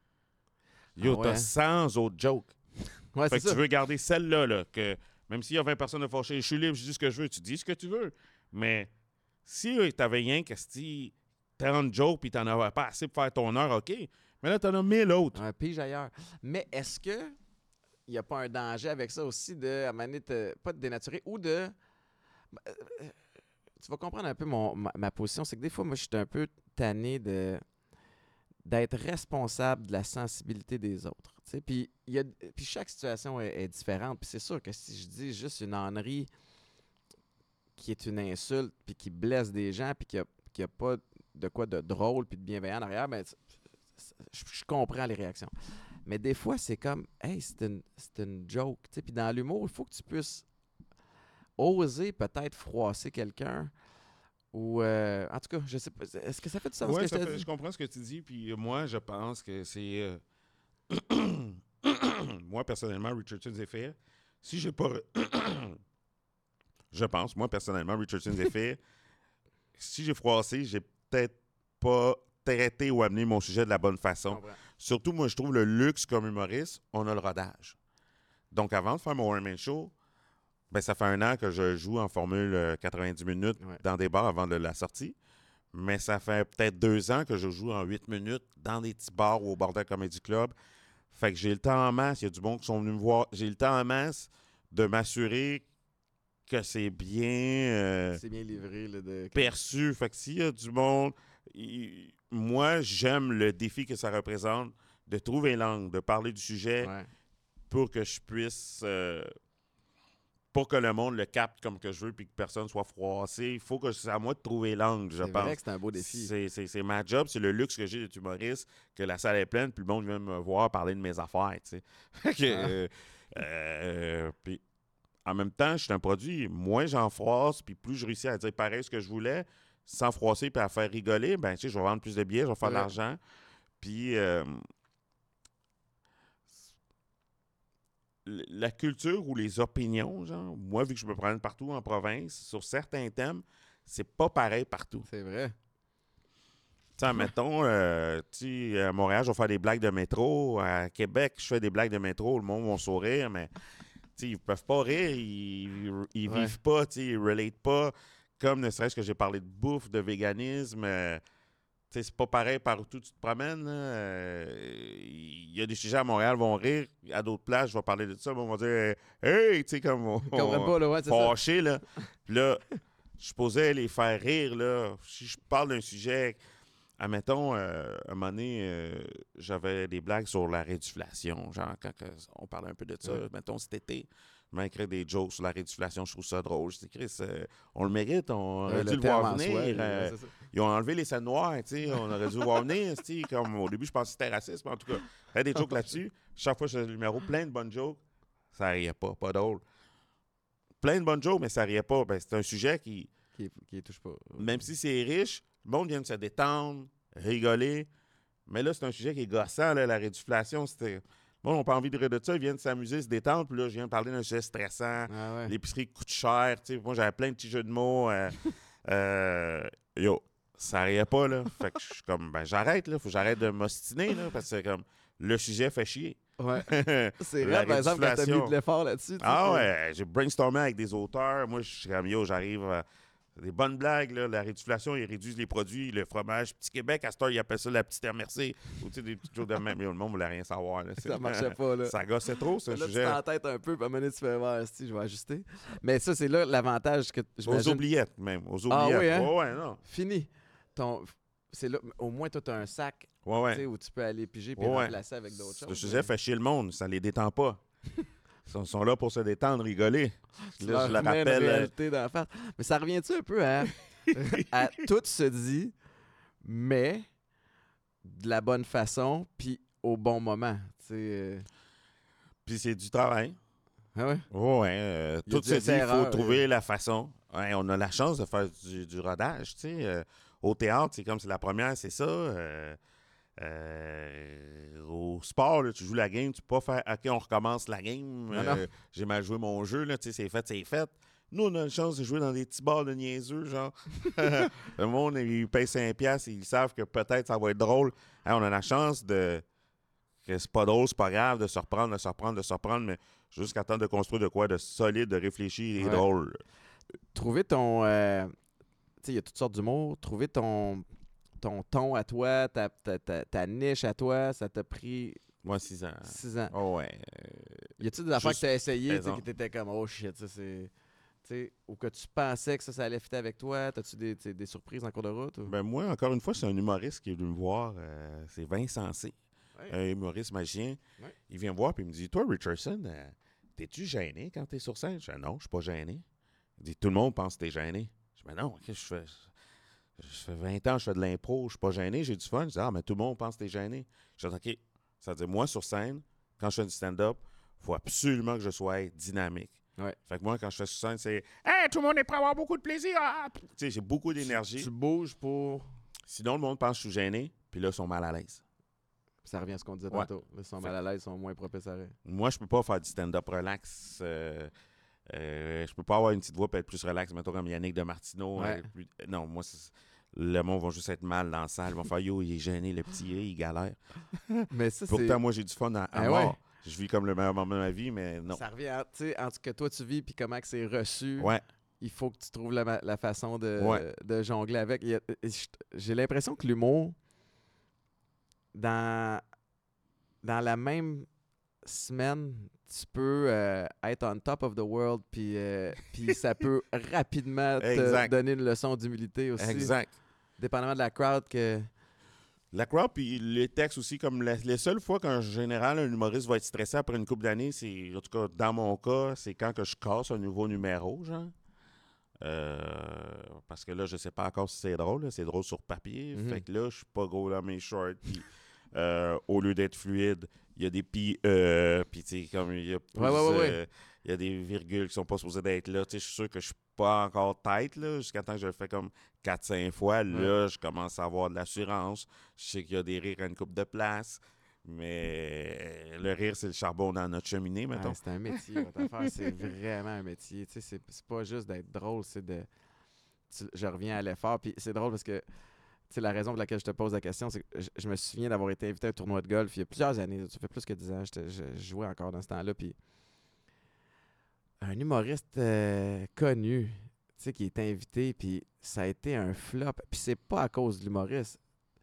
Yo, Ah ouais, t'as hein? cent autres jokes. Ouais, Fait c'est que ça. tu veux garder celle-là, là, que même s'il y a vingt personnes de fâchées, je suis libre, je dis ce que je veux, tu dis ce que tu veux. Mais si euh, t'avais rien que si trente jokes puis t'en avais pas assez pour faire ton heure, OK. Mais là, t'en as mille autres. Un pige ailleurs. Mais est-ce que il n'y a pas un danger avec ça aussi de, à un moment donné, te- pas de dénaturer ou de. Ben, euh, euh, tu vas comprendre un peu mon, ma, ma position. C'est que des fois, moi, je suis un peu tanné de d'être responsable de la sensibilité des autres. tu sais. Puis, il y a, puis chaque situation est, est différente. Puis c'est sûr que si je dis juste une ânerie qui est une insulte, puis qui blesse des gens, puis qu'il n'y a, a pas de quoi de drôle, puis de bienveillant en arrière, ben, je, je comprends les réactions. Mais des fois, c'est comme, hey, c'est une, c'est une joke. tu sais. Puis dans l'humour, il faut que tu puisses oser peut-être froisser quelqu'un. Ou, euh, en tout cas, je sais pas. Est-ce que ça fait du sens Ouais, ce que ça je te fait- dis? je comprends ce que tu dis. Puis euh, moi, je pense que c'est. euh, moi, personnellement, Richardson Zephyr, si j'ai pas. je pense, moi, personnellement, Richardson Zephyr, si j'ai froissé, j'ai peut-être pas traité ou amené mon sujet de la bonne Je façon. comprends. Surtout, moi, je trouve le luxe comme humoriste, on a le rodage. Donc, avant de faire mon one-man show, ben, ça fait un an que je joue en formule euh, quatre-vingt-dix minutes Ouais. dans des bars avant de la sortie. Mais ça fait peut-être deux ans que je joue en huit minutes dans des petits bars ou au Bordel Comedy Club. Fait que j'ai le temps en masse. Il y a du monde qui sont venus me voir. J'ai le temps en masse de m'assurer que c'est bien euh, C'est bien livré. Là, de... perçu. Fait que s'il y a du monde, il- moi, j'aime le défi que ça représente de trouver l'angle, de parler du sujet Ouais. pour que je puisse... euh, pour que le monde le capte comme que je veux puis que personne soit froissé. Il faut que c'est à moi de trouver l'angle, je C'est pense. vrai que c'est un beau défi. C'est, c'est, c'est ma job, c'est le luxe que j'ai d'être humoriste, que la salle est pleine, puis le monde vient me voir parler de mes affaires, tu sais. Fait que, Ah. euh, euh, puis en même temps, je suis un produit, moins j'en froisse, puis plus je réussis à dire pareil ce que je voulais, sans froisser puis à faire rigoler, ben tu sais, je vais vendre plus de billets, je vais faire de Ouais. l'argent. Puis euh, l- la culture ou les opinions, genre, moi, vu que je me promène partout en province, sur certains thèmes, c'est pas pareil partout. C'est vrai. Tu sais, mettons, euh, tu sais, à Montréal, je vais faire des blagues de métro. À Québec, je fais des blagues de métro. Le monde va sourire, mais tu sais, ils peuvent pas rire. Ils, ils Ouais. vivent pas, tu sais, ils relate pas. Comme ne serait-ce que j'ai parlé de bouffe, de véganisme. euh, tu sais, c'est pas pareil par où tu te promènes. là. Euh, Il y a des sujets à Montréal vont rire. À d'autres places, je vais parler de ça. On va dire Hey! Tu sais, comme on, Ils comprennent pas, là, ouais, c'est ça. fâché, là. Puis là, je suis supposé les faire rire, là. Si je parle d'un sujet. Admettons, euh, à un moment donné, euh, j'avais des blagues sur la réduflation. Genre, quand que on parlait un peu de ça, Ouais. mettons cet été, je m'écris des jokes sur la réduflation, je trouve ça drôle. Je dis, Chris, euh, on le mérite, on aurait Ouais, dû le le terme voir en venir. soi, il- euh, ouais, c'est ça. ils ont enlevé les scènes noires, tu sais, on aurait dû le voir venir. tu sais, Comme au début, je pensais que c'était raciste, mais en tout cas, il y a des jokes là-dessus. Chaque fois que je faisais le numéro, plein de bonnes jokes, ça riait pas, pas drôle. Plein de bonnes jokes, mais ça riait pas. Ben, c'est un sujet qui, Qui, qui touche pas. même si c'est riche, le monde vient de se détendre, rigoler. Mais là, c'est un sujet qui est gossant, là, la réduflation. C'était... Bon, on n'a pas envie de rire de ça. Ils viennent s'amuser, se détendre. Puis là, je viens de parler d'un sujet stressant. Ah ouais. L'épicerie coûte cher. tu sais. Moi, j'avais plein de petits jeux de mots. euh, euh, yo, ça riait pas, là. Fait que je suis comme, ben, j'arrête, là. Faut que j'arrête de m'ostiner, là. Parce que c'est comme, le sujet fait chier. Ouais. C'est La vrai, par exemple, quand t'as mis réduflation. de l'effort là-dessus. tu sais, Ah c'est- ouais, j'ai brainstormé avec des auteurs. Moi, je suis comme, yo, j'arrive à... Des bonnes blagues, là. La réduflation, ils réduisent les produits, le fromage. Petit Québec, à cette heure, ils appellent ça la petite R M R C. Ou tu sais, des petites choses de même. Mais le monde ne voulait rien savoir. Là. Ça marchait pas, là. Ça gossait trop, ce Là, tu sujet. t'entêtes un peu, puis à un moment donné, tu fais, ouais, si, je vais ajuster. Mais ça, c'est là l'avantage que Aux j'imagine. oubliettes, même. Aux oubliettes. Ah oui, hein? Ouais, ouais, non. Fini. Ton... C'est là, au moins, toi, tu as un sac Ouais, tu sais, ouais. où tu peux aller piger puis Ouais, ouais. remplacer avec d'autres choses. Le sujet fait chier le monde. Ça les détend pas. Ils sont, sont là pour se détendre, rigoler. Tu Là, leur je le remets une rappelle. euh, réalité d'en face. Mais ça revient-tu un peu à, à tout se dit, mais de la bonne façon, puis au bon moment. Tu sais. euh, Puis c'est du travail. Ah ouais? Ouais, ouais. euh, Il y a tout du se dit, il faut essai-erreur, trouver la façon. Ouais, on a la chance de faire du, du rodage, tu sais. euh, au théâtre, c'est comme c'est la première, c'est ça. euh, euh, au sport, là, tu joues la game, tu peux pas faire OK, on recommence la game. Non, euh, non. J'ai mal joué mon jeu, là, tu sais, c'est fait, c'est fait. Nous, on a la chance de jouer dans des petits bars de niaiseux, genre. Le monde, il paye cinq piastres, ils savent que peut-être ça va être drôle. Hein, on a la chance de que c'est pas drôle, c'est pas grave de se reprendre, de se reprendre, de se reprendre, mais jusqu'à temps de construire de quoi de solide, de réfléchir et Ouais. drôle. Trouver ton. euh, tu sais, il y a toutes sortes d'humour. Trouver ton, ton ton à toi, ta, ta, ta, ta niche à toi, ça t'a pris Moi, six ans. six ans. Oh ouais. Y a-tu des affaires juste que t'as essayé, tu sais, raison. que t'étais comme, oh shit, ça c'est. Tu sais, ou que tu pensais que ça, ça allait fitter avec toi? T'as-tu des, tu sais, des surprises en cours de route? Ou... Ben moi, encore une fois, c'est un humoriste qui est venu me voir. euh, c'est Vincent C. Ouais. Un humoriste magicien. Ouais. Il vient me voir et il me dit Toi, Richardson, euh, t'es-tu gêné quand t'es sur scène? Je dis Non, je suis pas gêné. Il dit Tout le monde pense que t'es gêné. Je dis Mais non, qu'est-ce que je fais? Je fais vingt ans, je fais de l'impro, je suis pas gêné, j'ai du fun. Je dis Ah, mais tout le monde pense que t'es gêné. Je dis OK. Ça veut dire, moi, sur scène, quand je fais du stand-up, il faut absolument que je sois dynamique. Ouais. Fait que moi, quand je fais sur scène, c'est Hey, tout le monde est prêt à avoir beaucoup de plaisir. Ah! Tu sais, j'ai beaucoup d'énergie. Tu bouges pour. Sinon, le monde pense que je suis gêné, puis là, ils sont mal à l'aise. Ça revient à ce qu'on disait Ouais. tantôt. Là, ils sont mal à l'aise, ils sont moins propices à rire. Moi, je peux pas faire du stand-up relax. Euh, euh, je peux pas avoir une petite voix et être plus relax, mettons comme Yannick de Martineau. Ouais. euh, plus- Non, moi, c'est- le monde va juste être mal dans la salle. Ils vont faire Yo, il est gêné, le petit, il galère. Mais ça, c'est. Pourtant, moi, j'ai du fun à, à Ah mort. ouais. Je vis comme le meilleur moment de ma vie, mais non. Ça revient à, tu sais, entre ce que toi tu vis puis comment que c'est reçu. Ouais. Il faut que tu trouves la, ma- la façon de, Ouais. de jongler avec. Il y a- J'ai l'impression que l'humour, dans, dans la même semaine, tu peux euh, être on top of the world, puis euh, puis ça peut rapidement te Exact. donner une leçon d'humilité aussi. Exact. Dépendamment de la crowd que... La crowd, puis les textes aussi, comme la- les seules fois qu'en général, un humoriste va être stressé après une couple d'années, c'est, en tout cas, dans mon cas, c'est quand que je casse un nouveau numéro, genre. Euh, parce que là, je sais pas encore si c'est drôle, là. C'est drôle sur papier. Mhm. Fait que là, je suis pas gros dans mes shorts, puis euh, au lieu d'être fluide, il y a des pi, euh, puis tu sais, comme il y a plus, Ouais, ouais, ouais, ouais. euh, il y a des virgules qui sont pas supposées d'être là. Tu sais, je suis sûr que je suis pas encore tête, là, jusqu'à temps que je le fais comme quatre cinq fois. Là, je commence à avoir de l'assurance. Je sais qu'il y a des rires à une coupe de place. Mais le rire, c'est le charbon dans notre cheminée, mettons. Ouais, c'est un métier, votre affaire. C'est vraiment un métier. Tu sais, c'est, c'est pas juste d'être drôle, c'est de... tu- je reviens à l'effort. Puis c'est drôle parce que, tu sais, la raison pour laquelle je te pose la question, c'est que je, je me souviens d'avoir été invité à un tournoi de golf il y a plusieurs années. Ça fait plus que dix ans. j'étais- Je, je jouais encore dans ce temps-là. Puis un humoriste euh, connu, tu sais, qui est invité, puis ça a été un flop. Puis c'est pas à cause de l'humoriste.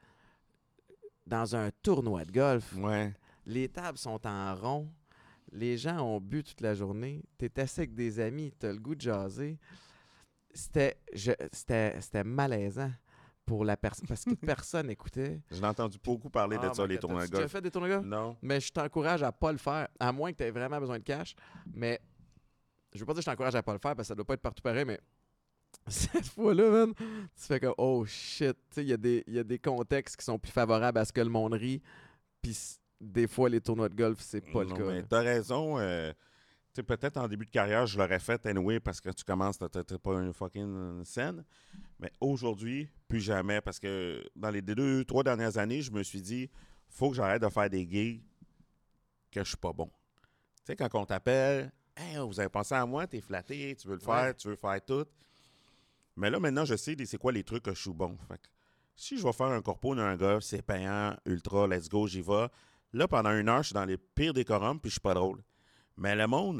Dans un tournoi de golf, Ouais. les tables sont en rond. Les gens ont bu toute la journée. T'es assis avec des amis, t'as le goût de jaser. C'était, je- c'était, c'était malaisant pour la personne parce que personne n'écoutait. J'en ai entendu beaucoup parler Ah, de ça, my les God, tournois de t'as-tu déjà golf. fait des tournois de golf? Non. Mais je t'encourage à pas le faire, à moins que tu aies vraiment besoin de cash. Mais je veux pas dire que je t'encourage à pas le faire parce que ça doit pas être partout pareil, mais cette fois-là, man, tu fais comme oh shit. Tu sais, il y, a des- il y a des contextes qui sont plus favorables à ce que le monde rit. Puis s- des fois, les tournois de golf, c'est pas non, le cas. mais là. t'as raison. euh, tu sais, peut-être en début de carrière, je l'aurais fait anyway parce que tu commences, t'as t'as pas une fucking scène. Mais aujourd'hui, plus jamais. Parce que dans les deux, trois dernières années, je me suis dit, faut que j'arrête de faire des gigs que je suis pas bon. Tu sais, quand on t'appelle, hey, vous avez pensé à moi, t'es flatté, tu veux le faire, Ouais. tu veux faire tout. Mais là, maintenant, je sais les- c'est quoi les trucs que je suis bon. Fait que si je vais faire un corpo dans un golf, c'est payant, ultra, let's go, j'y vais. Là, pendant une heure, je suis dans les pires décorums, puis je suis pas drôle. Mais le monde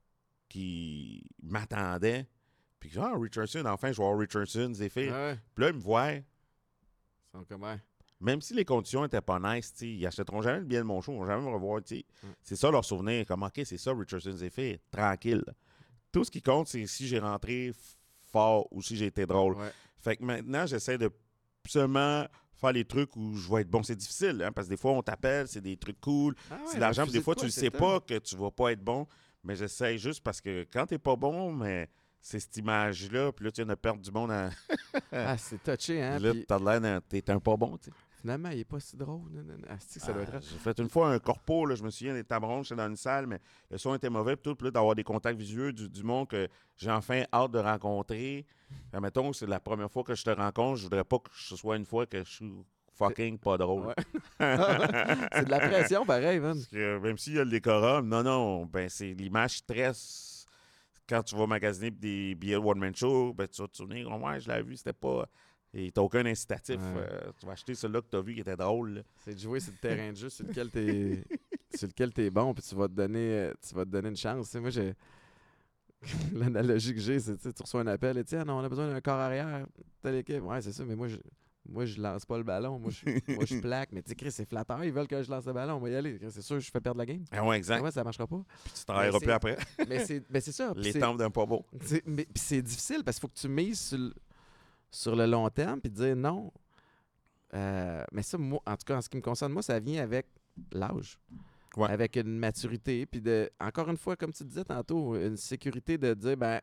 qui m'attendait, puis ah, Richardson, enfin, je vais voir Richardson, Zephyr. Ouais. Puis là, ils me voient, Ils sont comment? même si les conditions étaient pas nice, t'sais, ils achèteront jamais le billet de mon show, ils vont jamais me revoir. t'sais. Mm. C'est ça leur souvenir, comme OK, c'est ça, Richardson Zephyr, tranquille. Tout ce qui compte, c'est si j'ai rentré f- fort ou si j'ai été drôle. Ouais. Fait que maintenant, j'essaie de seulement faire les trucs où je vais être bon. C'est difficile, hein, parce que des fois, on t'appelle, c'est des trucs cool, Ah c'est ouais, de l'argent, puis refuser des de fois, quoi, tu ne c'est sais tough. pas que tu vas pas être bon, mais j'essaie juste parce que quand t'es pas bon, mais c'est cette image-là, puis là, tu viens de perdre du monde. À... Ah, c'est touché, hein? là, Puis t'as l'air d'un- t'es un pas bon, tu sais. finalement, il est pas si drôle. Non, non, non. Ah, c'est-tu que ça doit Ah, être. j'ai fait une fois un corpo, là, je me souviens des tabrons, j'étais dans une salle, mais le son était mauvais, puis tout, puis là, d'avoir des contacts visuels du, du monde que j'ai enfin hâte de rencontrer. Fait, mettons, c'est la première fois que je te rencontre, je voudrais pas que ce soit une fois que je suis fucking pas drôle. Ouais. C'est de la pression, pareil, man. Parce que même s'il y a le décorum, non, non, ben c'est l'image stress. Quand tu vas magasiner des billets One Man Show, ben tu vas te souvenir, oh, ouais, je l'ai vu, c'était pas. Et t'as aucun incitatif. Ouais. Euh, tu vas acheter celui-là que t'as vu qui était drôle. Là. C'est de jouer sur le terrain de jeu sur lequel t'es sur lequel t'es bon, puis tu vas te donner euh, tu vas te donner une chance. Tu sais, moi, j'ai l'analogie que j'ai, c'est tu sais, tu reçois un appel et tiens, non, on a besoin d'un corps arrière, telle équipe. Ouais, c'est ça, mais moi, je moi, je lance pas le ballon. Moi, je, moi, je plaque. Mais tu sais, Chris, c'est flatteur. Ils veulent que je lance le ballon. On va y aller. Chris, c'est sûr, je fais perdre la game. Ah ouais, exact. Ouais, ça marchera pas. Puis tu travailleras c'est- plus après. Mais c'est mais c'est ça. puis Les c'est- temples d'un pas beau. c'est- mais- puis c'est difficile parce qu'il faut que tu mises sur le, sur le long terme puis dire non. Euh, mais ça, moi, en tout cas, en ce qui me concerne, moi, ça vient avec l'âge. Ouais. Avec une maturité. Puis de, encore une fois, comme tu disais tantôt, une sécurité de dire, ben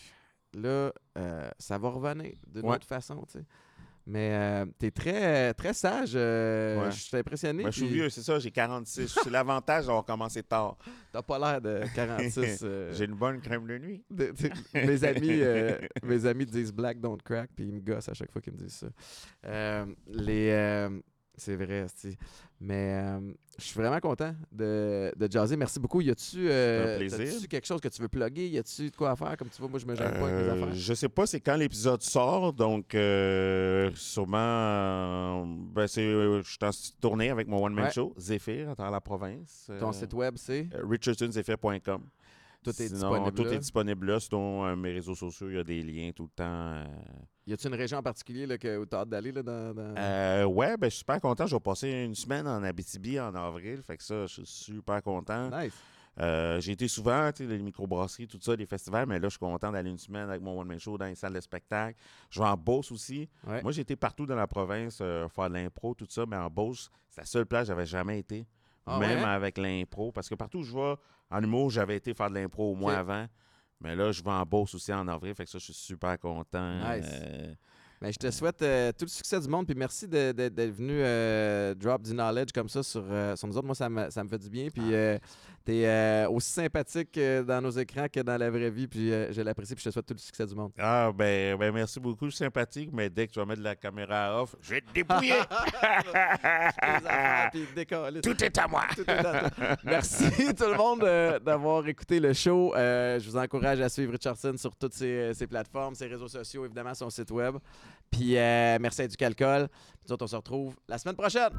là, euh, ça va revenir d'une Ouais. autre façon, tu sais. Mais euh, t'es très, très sage. euh, Ouais. Je suis impressionné. Moi, je suis puis vieux, c'est ça, j'ai quarante-six. C'est l'avantage d'avoir commencé tard. T'as pas l'air de quarante-six. euh, J'ai une bonne crème de nuit. de- de- mes, amis, euh, mes amis disent Black don't crack, puis ils me gossent à chaque fois qu'ils me disent ça. Euh, les, euh, c'est vrai, esti. Mais euh, je suis vraiment content de, de jaser. Merci beaucoup. Y a-tu euh, un plaisir. t'as-tu quelque chose que tu veux plugger? Y a-tu de quoi à faire? Comme tu vois, moi, je me gêne pas avec mes Euh, affaires. je sais pas c'est quand l'épisode sort, donc euh, sûrement euh, ben c'est euh, je suis en tournée avec mon one man Ouais. show Zephyr dans la province. Ton euh, site web, c'est? euh, richardson zephyr point com. Tout est Sinon, disponible tout là. est disponible là. Sinon, euh, mes réseaux sociaux, il y a des liens tout le temps. Euh... Y a-t-il une région en particulier là, que, où tu as hâte d'aller là, dans, dans... Euh, ouais, ben, je suis super content. Je vais passer une semaine en Abitibi en avril. Fait que ça, je suis super content. Nice. Euh, j'ai été souvent, tu sais, les microbrasseries, tout ça, les festivals, mais là, je suis content d'aller une semaine avec mon one-man show dans les salles de spectacle. Je vais en Beauce aussi. Ouais. Moi, j'ai été partout dans la province euh, faire de l'impro, tout ça, mais en Beauce, c'est la seule place que j'avais jamais été. Ah même ouais? avec l'impro. Parce que partout où je vais, en humour, j'avais été faire de l'impro au mois Ok. avant. Mais là, je vais en Beauce aussi en avril. Fait que ça, je suis super content. Nice. Euh, Ben, je te souhaite euh, tout le succès du monde, puis merci de- de- d'être venu euh, drop du knowledge comme ça sur, euh, sur nous autres. Moi, ça me, ça me fait du bien. Puis euh, t'es euh, aussi sympathique euh, dans nos écrans que dans la vraie vie, puis euh, je l'apprécie, puis je te souhaite tout le succès du monde. Ah, ben, ben, merci beaucoup. Je suis sympathique, mais dès que tu vas mettre la caméra off, je vais te dépouiller. Tes affaires, puis décoller. Tout est à moi. Tout est à toi. Merci tout le monde euh, d'avoir écouté le show. Euh, je vous encourage à suivre Richardson sur toutes ses, ses plateformes, ses réseaux sociaux, évidemment son site web. Puis euh, merci à Éducalcool. Puis nous autres, on se retrouve la semaine prochaine.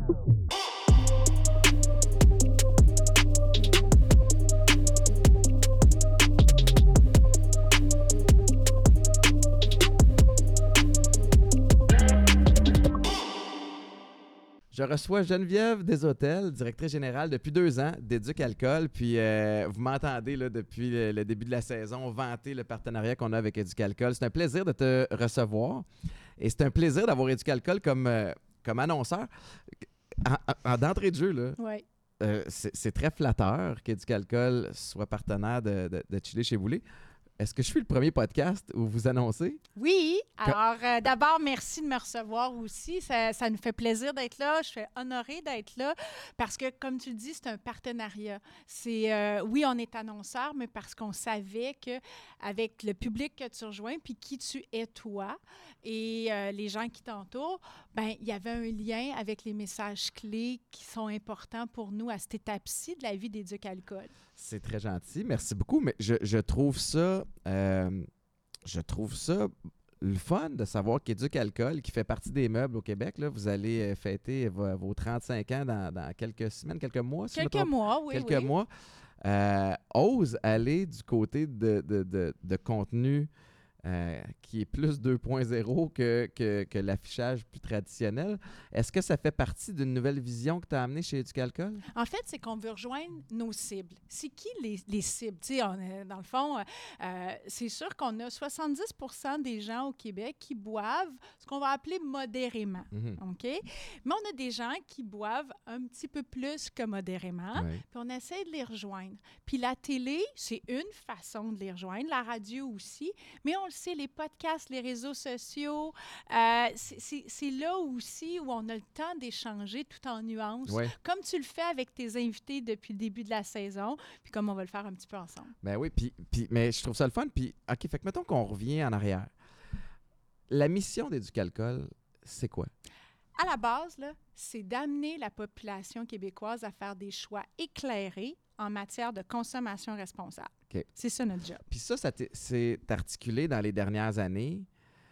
Je reçois Geneviève Deshôtels, directrice générale depuis deux ans d'Éducalcool. Puis euh, vous m'entendez là, depuis le, le début de la saison vanter le partenariat qu'on a avec Éducalcool. C'est un plaisir de te recevoir. Et c'est un plaisir d'avoir Éducalcool comme, euh, comme annonceur. En, en, d'entrée de jeu, là, Oui. euh, c'est, c'est très flatteur qu'Éducalcool soit partenaire de, de, de Chili chez Boulay. Est-ce que je suis le premier podcast où vous annoncez? Oui. Alors, euh, d'abord, merci de me recevoir aussi. Ça, ça nous fait plaisir d'être là. Je suis honorée d'être là parce que, comme tu le dis, c'est un partenariat. C'est, euh, oui, on est annonceur, mais parce qu'on savait qu'avec le public que tu rejoins, puis qui tu es toi, et euh, les gens qui t'entourent, ben il y avait un lien avec les messages clés qui sont importants pour nous à cette étape-ci de la vie d'Éducalcool. C'est très gentil, merci beaucoup, mais je, je trouve ça euh, je trouve ça le fun de savoir qu'Éducalcool, qui fait partie des meubles au Québec, là, vous allez euh, fêter vos, vos trente-cinq ans dans, dans quelques semaines, quelques mois, si je me Quelques trompe. mois, oui, quelques oui. mois, euh, ose aller du côté de, de, de, de contenu euh, qui est plus deux point zéro que, que, que l'affichage plus traditionnel. Est-ce que ça fait partie d'une nouvelle vision que tu as amenée chez Éducalcool? En fait, c'est qu'on veut rejoindre nos cibles. C'est qui les, les cibles? Tu sais, on est- dans le fond, euh, c'est sûr qu'on a soixante-dix pour cent des gens au Québec qui boivent ce qu'on va appeler modérément. Mhm. OK? Mais on a des gens qui boivent un petit peu plus que modérément, Ouais. puis on essaie de les rejoindre. Puis la télé, c'est une façon de les rejoindre, la radio aussi, mais on le sait, les podcasts, les réseaux sociaux, euh, c'est- c'est c'est là aussi où on a le temps d'échanger tout en nuances, Ouais. comme tu le fais avec tes invités depuis le début de la saison, puis comme on va le faire un petit peu ensemble. Ben oui, puis, puis, mais je trouve ça le fun. Puis, OK, fait que mettons qu'on revient en arrière. La mission d'Éducalcool, c'est quoi? À la base, là, c'est d'amener la population québécoise à faire des choix éclairés en matière de consommation responsable. OK. C'est ça notre job. Puis ça, ça t'est- s'est articulé dans les dernières années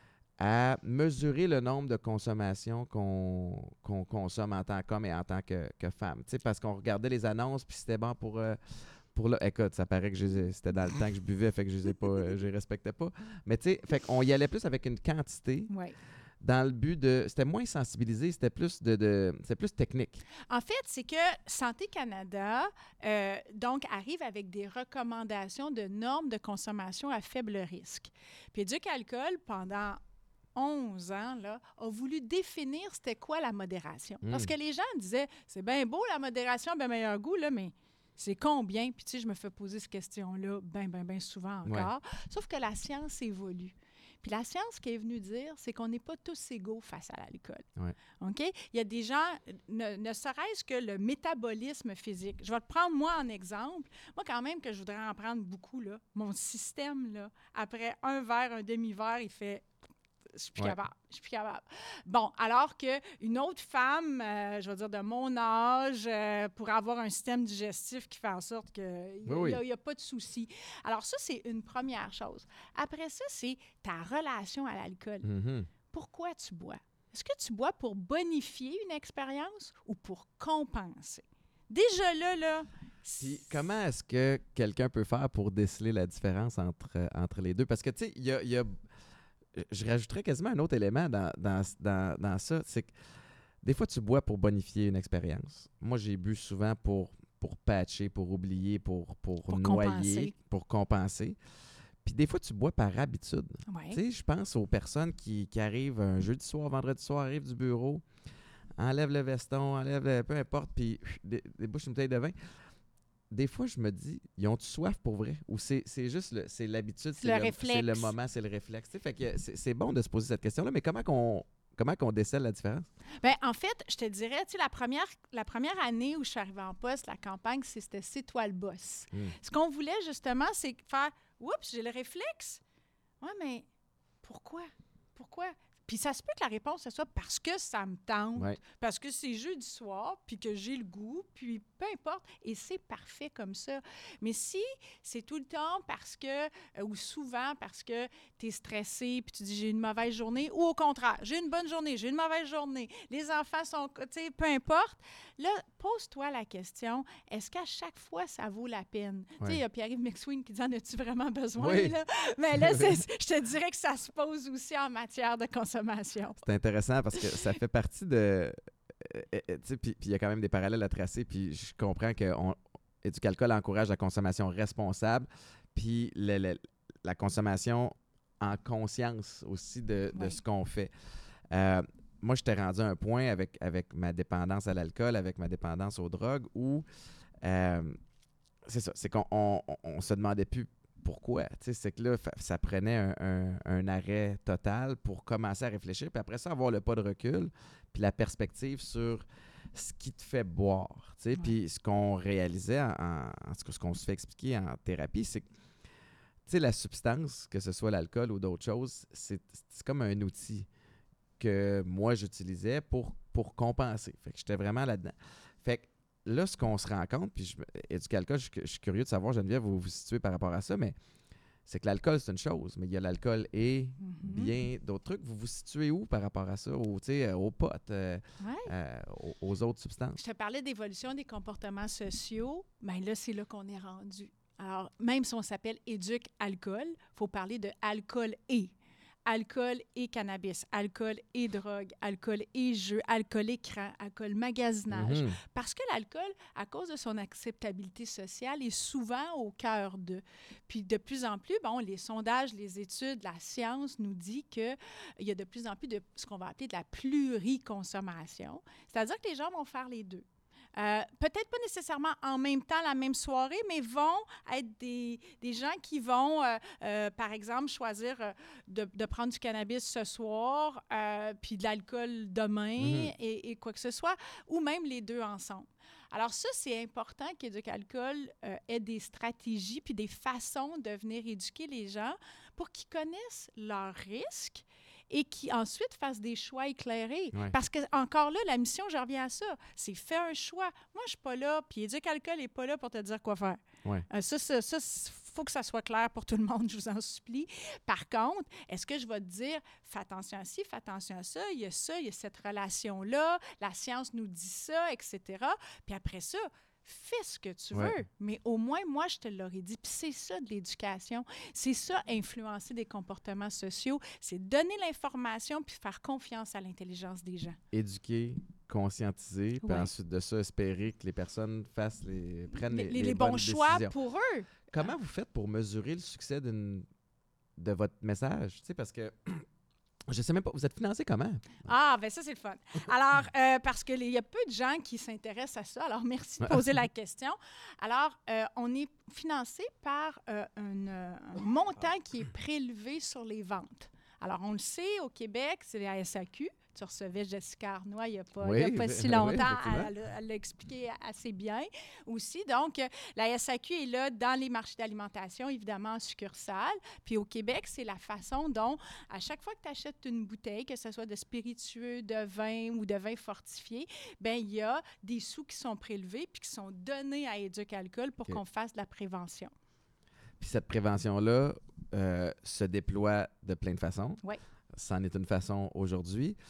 à mesurer le nombre de consommations qu'on qu'on consomme en tant qu'homme et en tant que, que femme. Tu sais, parce qu'on regardait les annonces, puis c'était bon pour... euh, pour le... Écoute, ça paraît que je les ai- c'était dans le temps que je buvais, fait que je les ai pas, euh, je les respectais pas. Mais tu sais, fait qu'on y allait plus avec une quantité Oui. dans le but de... C'était moins sensibilisé, c'était plus de... de c'était plus technique. En fait, c'est que Santé Canada, euh, donc, arrive avec des recommandations de normes de consommation à faible risque. Puis Éducalcool, pendant onze ans, là, a voulu définir c'était quoi la modération. Mm. Parce que les gens disaient, c'est bien beau la modération, bien meilleur goût, là, mais c'est combien? Puis tu sais, je me fais poser cette question-là bien, bien, bien souvent encore. Sauf que la science évolue. Puis la science qui est venue dire, c'est qu'on n'est pas tous égaux face à l'alcool. Ouais. OK? Il y a des gens, ne, ne serait-ce que le métabolisme physique. Je vais te prendre moi en exemple. Moi, quand même, que je voudrais en prendre beaucoup, là, mon système, là, après un verre, un demi-verre, il fait... Je suis plus Ouais. capable. Je suis plus capable. Bon, alors qu'une autre femme, euh, je veux dire de mon âge, euh, pourrait avoir un système digestif qui fait en sorte qu'il n'y a, Oui, oui. il y a pas de souci. Alors ça, c'est une première chose. Après ça, c'est ta relation à l'alcool. Mhm. Pourquoi tu bois? Est-ce que tu bois pour bonifier une expérience ou pour compenser? Déjà là, là, Puis comment est-ce que quelqu'un peut faire pour déceler la différence entre, euh, entre les deux? Parce que, tu sais, il y a, il y a- je rajouterais quasiment un autre élément dans, dans, dans, dans ça, c'est que des fois, tu bois pour bonifier une expérience. Moi, j'ai bu souvent pour, pour patcher, pour oublier, pour, pour, Pour noyer, compenser. pour compenser. Puis des fois, tu bois par habitude. Ouais. Tu sais, je pense aux personnes qui, qui arrivent un jeudi soir, vendredi soir, arrivent du bureau, enlèvent le veston, enlèvent le, peu importe, puis dé- débouchent une bouteille de vin. Des fois, je me dis, ils ont-tu soif pour vrai? Ou c'est c'est juste le- c'est l'habitude, C'est le le, réflexe. c'est le moment, c'est le réflexe. Tu sais, fait que c'est c'est bon de se poser cette question-là, mais comment qu'on comment qu'on décèle la différence? Ben, en fait, je te dirais, tu sais, la première, la première année où je suis arrivée en poste, la campagne, c'est- c'était C'est toi le boss. Hmm. Ce qu'on voulait, justement, c'est faire « Oups, j'ai le réflexe. Ouais, mais pourquoi? Pourquoi? » Puis ça se peut que la réponse, ce soit parce que ça me tente, Ouais. parce que c'est jeudi soir, puis que j'ai le goût, puis peu importe. Et c'est parfait comme ça. Mais si c'est tout le temps parce que, euh, ou souvent parce que tu es stressé, puis tu dis j'ai une mauvaise journée, ou au contraire, j'ai une bonne journée, j'ai une mauvaise journée, les enfants sont, tu sais, peu importe, là, pose-toi la question, est-ce qu'à chaque fois, ça vaut la peine? Tu sais, Ouais. il y a Pierre-Yves McSween qui dit en as-tu vraiment besoin? Oui. Là? Mais là, c'est- je te dirais que ça se pose aussi en matière de consommation. C'est intéressant parce que ça fait partie de... euh, euh, tu sais, puis puis il y a quand même des parallèles à tracer, puis je comprends que on, Éducalcool encourage la consommation responsable, puis le- le- la consommation en conscience aussi de, de Ouais. ce qu'on fait. Euh, moi, j'étais rendu à un point avec, avec ma dépendance à l'alcool, avec ma dépendance aux drogues, où euh, c'est ça, c'est qu'on on, on- on se demandait plus pourquoi. Tu sais, c'est que là, fa- ça prenait un, un- un arrêt total pour commencer à réfléchir, puis après ça, avoir le pas de recul, puis la perspective sur ce qui te fait boire. Tu sais. Ouais. Puis ce qu'on réalisait, en, en- en tout cas, ce qu'on se fait expliquer en thérapie, c'est que tu sais, la substance, que ce soit l'alcool ou d'autres choses, c'est c'est comme un outil que moi, j'utilisais pour, pour compenser. Fait que j'étais vraiment là-dedans. Fait que là, ce qu'on se rend compte, puis je, Éducalcool, je, suis cu- je suis curieux de savoir, Geneviève, où vous vous situez par rapport à ça, mais c'est que l'alcool, c'est une chose, mais il y a l'alcool et Mhm. bien d'autres trucs. Vous vous situez où par rapport à ça, au, tu sais, euh, aux potes, euh, Ouais. euh, aux, aux autres substances? Je te parlais d'évolution des comportements sociaux. Bien là, c'est là qu'on est rendu. Alors, même si on s'appelle éduc alcool, il faut parler de alcool et. Alcool et cannabis, alcool et drogue, alcool et jeu, alcool écran, alcool magasinage. Mhm. Parce que l'alcool, à cause de son acceptabilité sociale, est souvent au cœur de. Puis de plus en plus, bon, les sondages, les études, la science nous dit qu'il y a de plus en plus de ce qu'on va appeler de la pluriconsommation. C'est-à-dire que les gens vont faire les deux. Euh, peut-être pas nécessairement en même temps, la même soirée, mais vont être des, des gens qui vont, euh, euh, par exemple, choisir euh, de, de prendre du cannabis ce soir, euh, puis de l'alcool demain, Mhm. et, et quoi que ce soit, ou même les deux ensemble. Alors ça, c'est important qu'Éducalcool euh, ait des stratégies puis des façons de venir éduquer les gens pour qu'ils connaissent leurs risques et qui ensuite fassent des choix éclairés. Ouais. Parce que encore là, la mission, je reviens à ça, c'est fais un choix. Moi, je suis pas là, puis Éducalcool n'est pas là pour te dire quoi faire. Ouais. Euh, ça, ça, ça, faut que ça soit clair pour tout le monde, je vous en supplie. Par contre, est-ce que je vais te dire, fais attention à ci, fais attention à ça, il y a ça, il y a cette relation-là, la science nous dit ça, et cetera. Puis après ça, fais ce que tu veux, Ouais. mais au moins, moi, je te l'aurais dit. Puis c'est ça de l'éducation. C'est ça, influencer des comportements sociaux. C'est donner l'information puis faire confiance à l'intelligence des gens. Éduquer, conscientiser, puis Ouais. ensuite de ça, espérer que les personnes fassent les, prennent les, Les, les les bons bonnes choix décisions. pour eux. Comment vous faites pour mesurer le succès d'une de votre message? Tu sais, parce que je sais même pas, vous êtes financé comment? Ah, ben ça, c'est le fun. Alors, euh, parce qu'il y a peu de gens qui s'intéressent à ça, alors merci de poser la question. Alors, euh, on est financé par euh, un, euh, un montant qui est prélevé sur les ventes. Alors, on le sait, au Québec, c'est la S A Q. Tu recevais Jessica Arnois il n'y a pas, Oui, il y a pas si oui, longtemps. effectivement. elle, elle l'a expliqué assez bien aussi. Donc, euh, la S A Q est là dans les marchés d'alimentation, évidemment en succursale. Puis au Québec, c'est la façon dont, à chaque fois que tu achètes une bouteille, que ce soit de spiritueux, de vin ou de vin fortifié, bien, il y a des sous qui sont prélevés puis qui sont donnés à Éducalcool pour OK. qu'on fasse de la prévention. Puis cette prévention-là euh, se déploie de plein de façons. Oui. C'en est une façon aujourd'hui.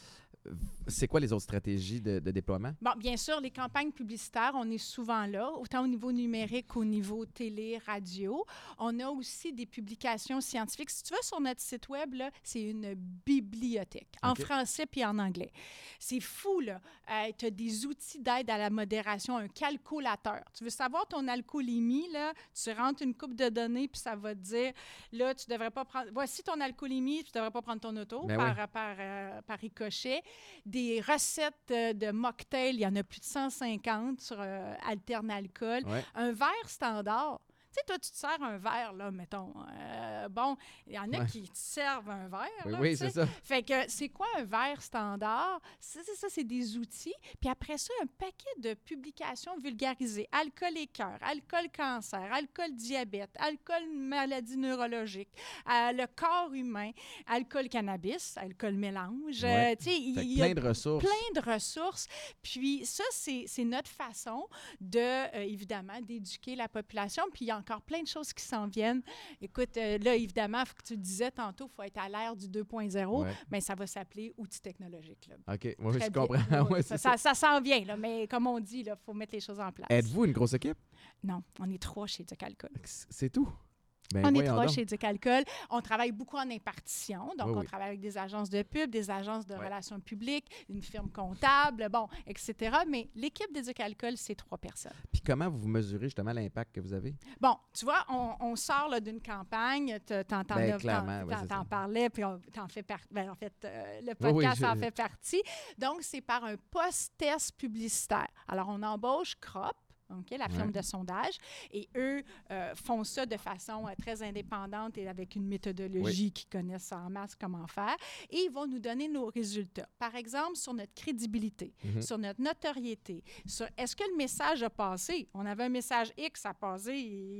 c'est quoi les autres stratégies de, de déploiement? Bon, bien sûr, les campagnes publicitaires, on est souvent là, autant au niveau numérique qu'au niveau télé, radio. On a aussi des publications scientifiques. Si tu vas sur notre site web, là, c'est une bibliothèque, en OK. français puis en anglais. C'est fou, là. Euh, tu as des outils d'aide à la modération, un calculateur. Tu veux savoir ton alcoolémie, là, tu rentres une coupe de données puis ça va te dire, là, tu devrais pas prendre... Voici ton alcoolémie, tu devrais pas prendre ton auto Ben par, oui. par, euh, par ricochet. Des recettes euh, de mocktails, il y en a plus de cent cinquante sur euh, Alternalcool. Ouais. Un verre standard. Tu sais, toi, tu te sers un verre, là, mettons. Euh, bon, il y en a Ouais. qui te servent un verre, Oui, là, oui, tu sais. c'est ça. Fait que c'est quoi un verre standard? Ça, c'est ça, c'est des outils. Puis après ça, un paquet de publications vulgarisées. Alcool et cœur, alcool cancer, alcool diabète, alcool maladie neurologique, euh, le corps humain, alcool cannabis, alcool mélange. Ouais. Euh, tu sais, il Fait que il y a plein de ressources. plein de ressources. Puis ça, c'est c'est notre façon de, euh, évidemment, d'éduquer la population. Puis il y a encore plein de choses qui s'en viennent. Écoute, euh, là, évidemment, faut que tu le disais tantôt, il faut être à l'ère du deux point zéro, Ouais. mais ça va s'appeler outils technologiques. Là. OK, oui, Très je bien. comprends. Oui, Ouais, ça, c'est ça. ça, ça s'en vient, là, mais comme on dit, il faut mettre les choses en place. Êtes-vous une grosse équipe? Non, on est trois chez Duc Alcool. C'est tout? Ben, On est voyons trois donc. chez Duc Alcool. On travaille beaucoup en impartition. Donc, Oui, on oui. travaille avec des agences de pub, des agences de Ouais. relations publiques, une firme comptable, bon, et cetera. Mais l'équipe des Duc Alcool, c'est trois personnes. Puis comment vous mesurez justement l'impact que vous avez? Bon, tu vois, on, on sort là, d'une campagne, tu t'en, t'en, Ben, as- clairement, t'en- ouais, t'en- c'est t'en ça. parlais, puis on, t'en fais partie. Ben, en fait, euh, le Oui, oui, podcast je- en fait partie. Donc, c'est par un post-test publicitaire. Alors, on embauche Crop. OK, la firme Ouais. de sondage. Et eux euh, font ça de façon euh, très indépendante et avec une méthodologie qu'ils connaissent en masse comment faire. Et ils vont nous donner nos résultats. Par exemple, sur notre crédibilité, Mhm. sur notre notoriété, sur est-ce que le message a passé? On avait un message X à passer,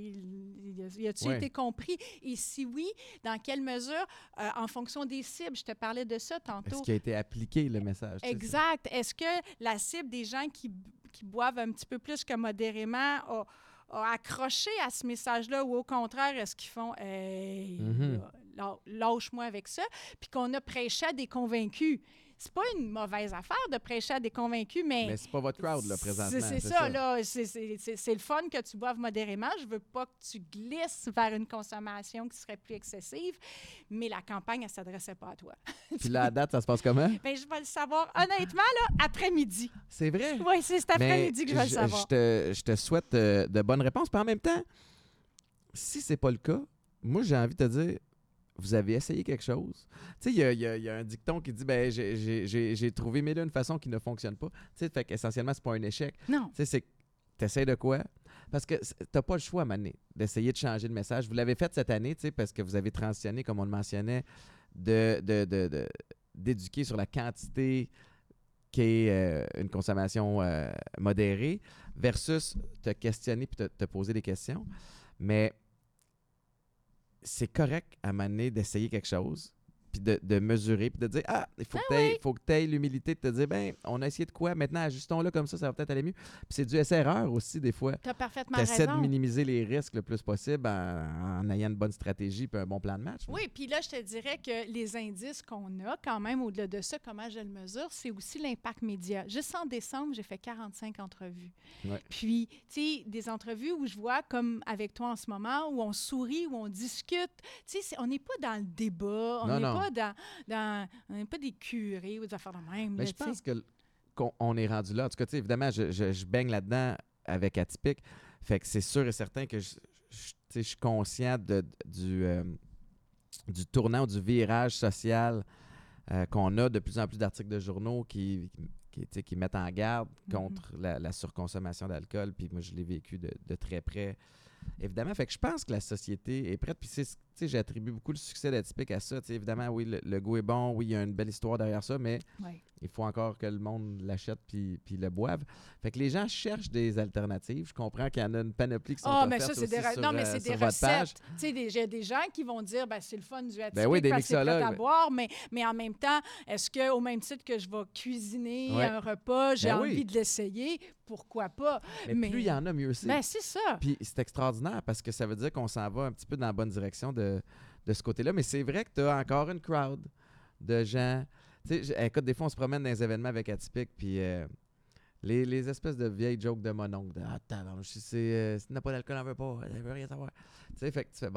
il, il, il a-t-il Ouais. été compris? Et si oui, dans quelle mesure? Euh, en fonction des cibles, je te parlais de ça Est-ce tantôt. qu'il a été appliqué, le message? tu sais, Exact. Est-ce que la cible des gens qui, qui boivent un petit peu plus que modérément a, a accroché à ce message-là ou au contraire, est-ce qu'ils font Hey, Mhm. là, lâche-moi avec ça? Puis qu'on a prêché à des convaincus. C'est pas une mauvaise affaire de prêcher à des convaincus, mais. Mais c'est pas votre crowd, là, présentement. C'est c'est ça, là. C'est- C'est c'est- c'est le fun que tu boives modérément. Je veux pas que tu glisses vers une consommation qui serait plus excessive, mais la campagne, elle s'adressait pas à toi. Puis là, à date, ça se passe comment? Ben, je vais le savoir honnêtement, là, après-midi. C'est vrai? Oui, c'est cet Mais après-midi que je vais le je- savoir. Je te, je te souhaite euh, de bonnes réponses. Puis en même temps, si c'est pas le cas, moi, j'ai envie de te dire, vous avez essayé quelque chose. Tu sais, il y a, il y a- il y a un dicton qui dit, ben j'ai- j'ai j'ai- j'ai trouvé mille et une façons qui ne fonctionnent pas. Tu sais, fait qu'essentiellement, c'est pas un échec. Non. Tu sais, c'est que t'essayes de quoi? Parce que c'est- t'as pas le choix, à un moment donné, d'essayer de changer le message. Vous l'avez fait cette année, tu sais, parce que vous avez transitionné, comme on le mentionnait, de, de, de- de- d'éduquer sur la quantité qu'est euh, une consommation euh, modérée versus te questionner puis te, te poser des questions. Mais c'est correct à un moment donné d'essayer quelque chose, puis de, de mesurer, puis de dire, ah, il faut que tu aies l'humilité de te dire, ben, on a essayé de quoi, maintenant ajustons-le comme ça, ça va peut-être aller mieux. Puis c'est du essai-erreur aussi, des fois. Tu as parfaitement Tu essaies de raison. minimiser les risques le plus possible en, en ayant une bonne stratégie puis un bon plan de match. Oui, puis là, je te dirais que les indices qu'on a, quand même, au-delà de ça, comment je le mesure, c'est aussi l'impact média. Juste en décembre, j'ai fait quarante-cinq entrevues. Ouais. Puis, tu sais, des entrevues où je vois, comme avec toi en ce moment, où on sourit, où on discute. Tu sais, c'est- on n'est pas dans le débat, on Non, n'est non. pas dans, dans... On n'est pas des curés ou des affaires de même. Mais là, je tu sais. pense que l- qu'on on est rendu là. En tout cas, tu sais, évidemment, je, je- je baigne là-dedans avec Atypique. Fait que c'est sûr et certain que je, je- tu sais, je suis conscient de- du, euh, du tournant, du virage social euh, qu'on a de plus en plus d'articles de journaux qui, qui, tu sais, qui mettent en garde Mhm. contre la, la surconsommation d'alcool. Puis moi, je l'ai vécu de, de très près. Évidemment, fait que je pense que la société est prête. Puis c'est, tu sais, j'attribue beaucoup le succès d'Atypique à ça. Tu sais, évidemment, oui, le, le goût est bon, oui, il y a une belle histoire derrière ça, mais Ouais. il faut encore que le monde l'achète puis, puis le boive. Fait que les gens cherchent des alternatives. Je comprends qu'il y en a une panoplie qui sont Ah, mais offertes ça, c'est des, aussi re- sur, non, mais euh, c'est sur des votre page. recettes. Tu sais, des- j'ai des gens qui vont dire, ben, c'est le fun du atypique Ben oui, des parce que c'est prêt à mixologues. boire, mais, mais en même temps, est-ce qu'au même titre que je vais cuisiner Ouais. un repas, j'ai Ben envie oui. de l'essayer, pourquoi pas? Mais, mais- plus il y en a, mieux c'est. Ben, c'est ça. Puis c'est extraordinaire parce que ça veut dire qu'on s'en va un petit peu dans la bonne direction de, de ce côté-là. Mais c'est vrai que tu as encore une crowd de gens. Tu sais, écoute, des fois, on se promène dans les événements avec Atypique, puis euh, les, les espèces de vieilles jokes de mon oncle, de « Ah, tabarnouche, si c'est, euh, si tu n'as pas d'alcool, on ne veut pas, elle veut rien savoir. » Tu sais, fait que tu fais, bon,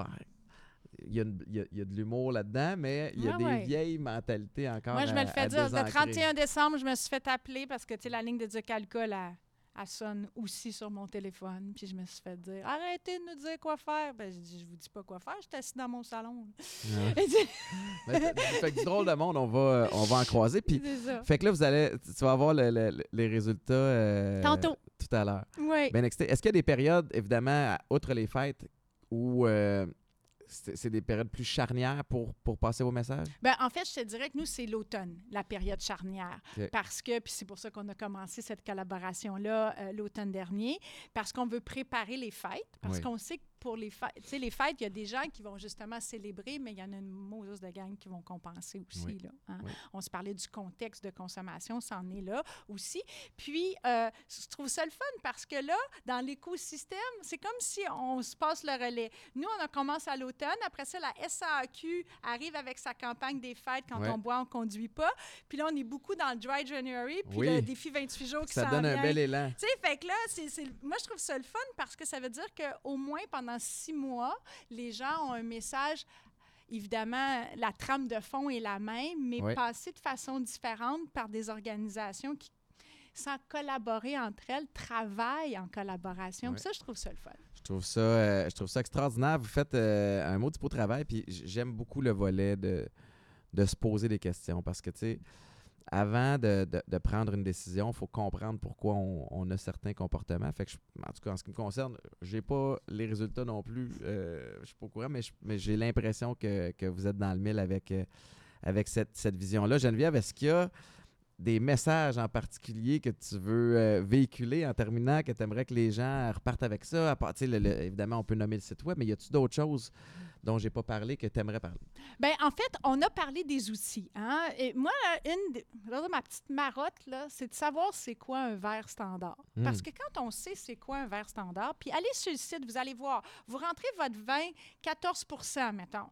il y, a une- il y a- il y a de l'humour là-dedans, mais il y a Ah des ouais. vieilles mentalités encore Moi, je me à- le fais à dire. Le désancrer. trente et un décembre, je me suis fait appeler parce que, tu sais, la ligne de Duc-Alcool, elle, elle sonne aussi sur mon téléphone. Puis je me suis fait dire, arrêtez de nous dire quoi faire. Ben, je dis, je vous dis pas quoi faire, je suis assis dans mon salon. Ouais. Et tu- Mais t- fait que du drôle de monde, on va, euh, on va en croiser. Puis, C'est ça. fait que là, vous allez, tu vas avoir le- le- le- les résultats euh, Tantôt. tout à l'heure. Oui. Bien excité. Est-ce qu'il y a des périodes, évidemment, à- outre les fêtes, où euh, c'est c'est des périodes plus charnières pour, pour passer vos messages? Ben, en fait, je te dirais que nous, c'est l'automne, la période charnière. OK. Parce que, puis c'est pour ça qu'on a commencé cette collaboration-là euh, l'automne dernier, parce qu'on veut préparer les fêtes, parce Oui. qu'on sait que pour les fêtes, tu sais, les fêtes, il y a des gens qui vont justement célébrer, mais il y en a une mauvaise de gang qui vont compenser aussi. Oui. Là, hein. Oui. On se parlait du contexte de consommation, c'en est là aussi. Puis, euh, je trouve ça le fun parce que là, dans l'écosystème, c'est comme si on se passe le relais. Nous, on a commencé à l'automne. Après ça, la S A Q arrive avec sa campagne des fêtes. Quand Ouais. on boit, on ne conduit pas. Puis là, on est beaucoup dans le Dry January, puis Oui. le défi vingt-huit jours qui Ça s'en donne un vient. bel élan. Tu sais, fait que là, c'est, c'est- moi, je trouve ça le fun parce que ça veut dire qu'au moins pendant six mois, les gens ont un message. Évidemment, la trame de fond est la même, mais Oui. passée de façon différente par des organisations qui, sans collaborer entre elles, travaillent en collaboration. Oui. Puis ça, je trouve ça le fun. Je trouve ça, euh, je trouve ça extraordinaire. Vous faites euh, un mot du beau travail, puis j- j'aime beaucoup le volet de, de se poser des questions parce que, tu sais, avant de, de- de prendre une décision, il faut comprendre pourquoi on, on a certains comportements. Fait que, je- en tout cas, en ce qui me concerne, j'ai pas les résultats non plus. Euh, je suis pas au courant, mais, je- mais j'ai l'impression que, que vous êtes dans le mille avec, euh, avec cette, cette vision-là. Geneviève, est-ce qu'il y a des messages en particulier que tu veux euh, véhiculer en terminant, que tu aimerais que les gens repartent avec ça? À part, tu sais, le- le- évidemment, on peut nommer le site web, mais y a-tu d'autres choses dont j'ai pas parlé que tu aimerais parler? Bien, en fait, on a parlé des outils. Hein? Et moi, une de- là, ma petite marotte, là, c'est de savoir c'est quoi un verre standard. Mm. Parce que quand on sait c'est quoi un verre standard, puis allez sur le site, vous allez voir, vous rentrez votre vin, quatorze pour cent, mettons.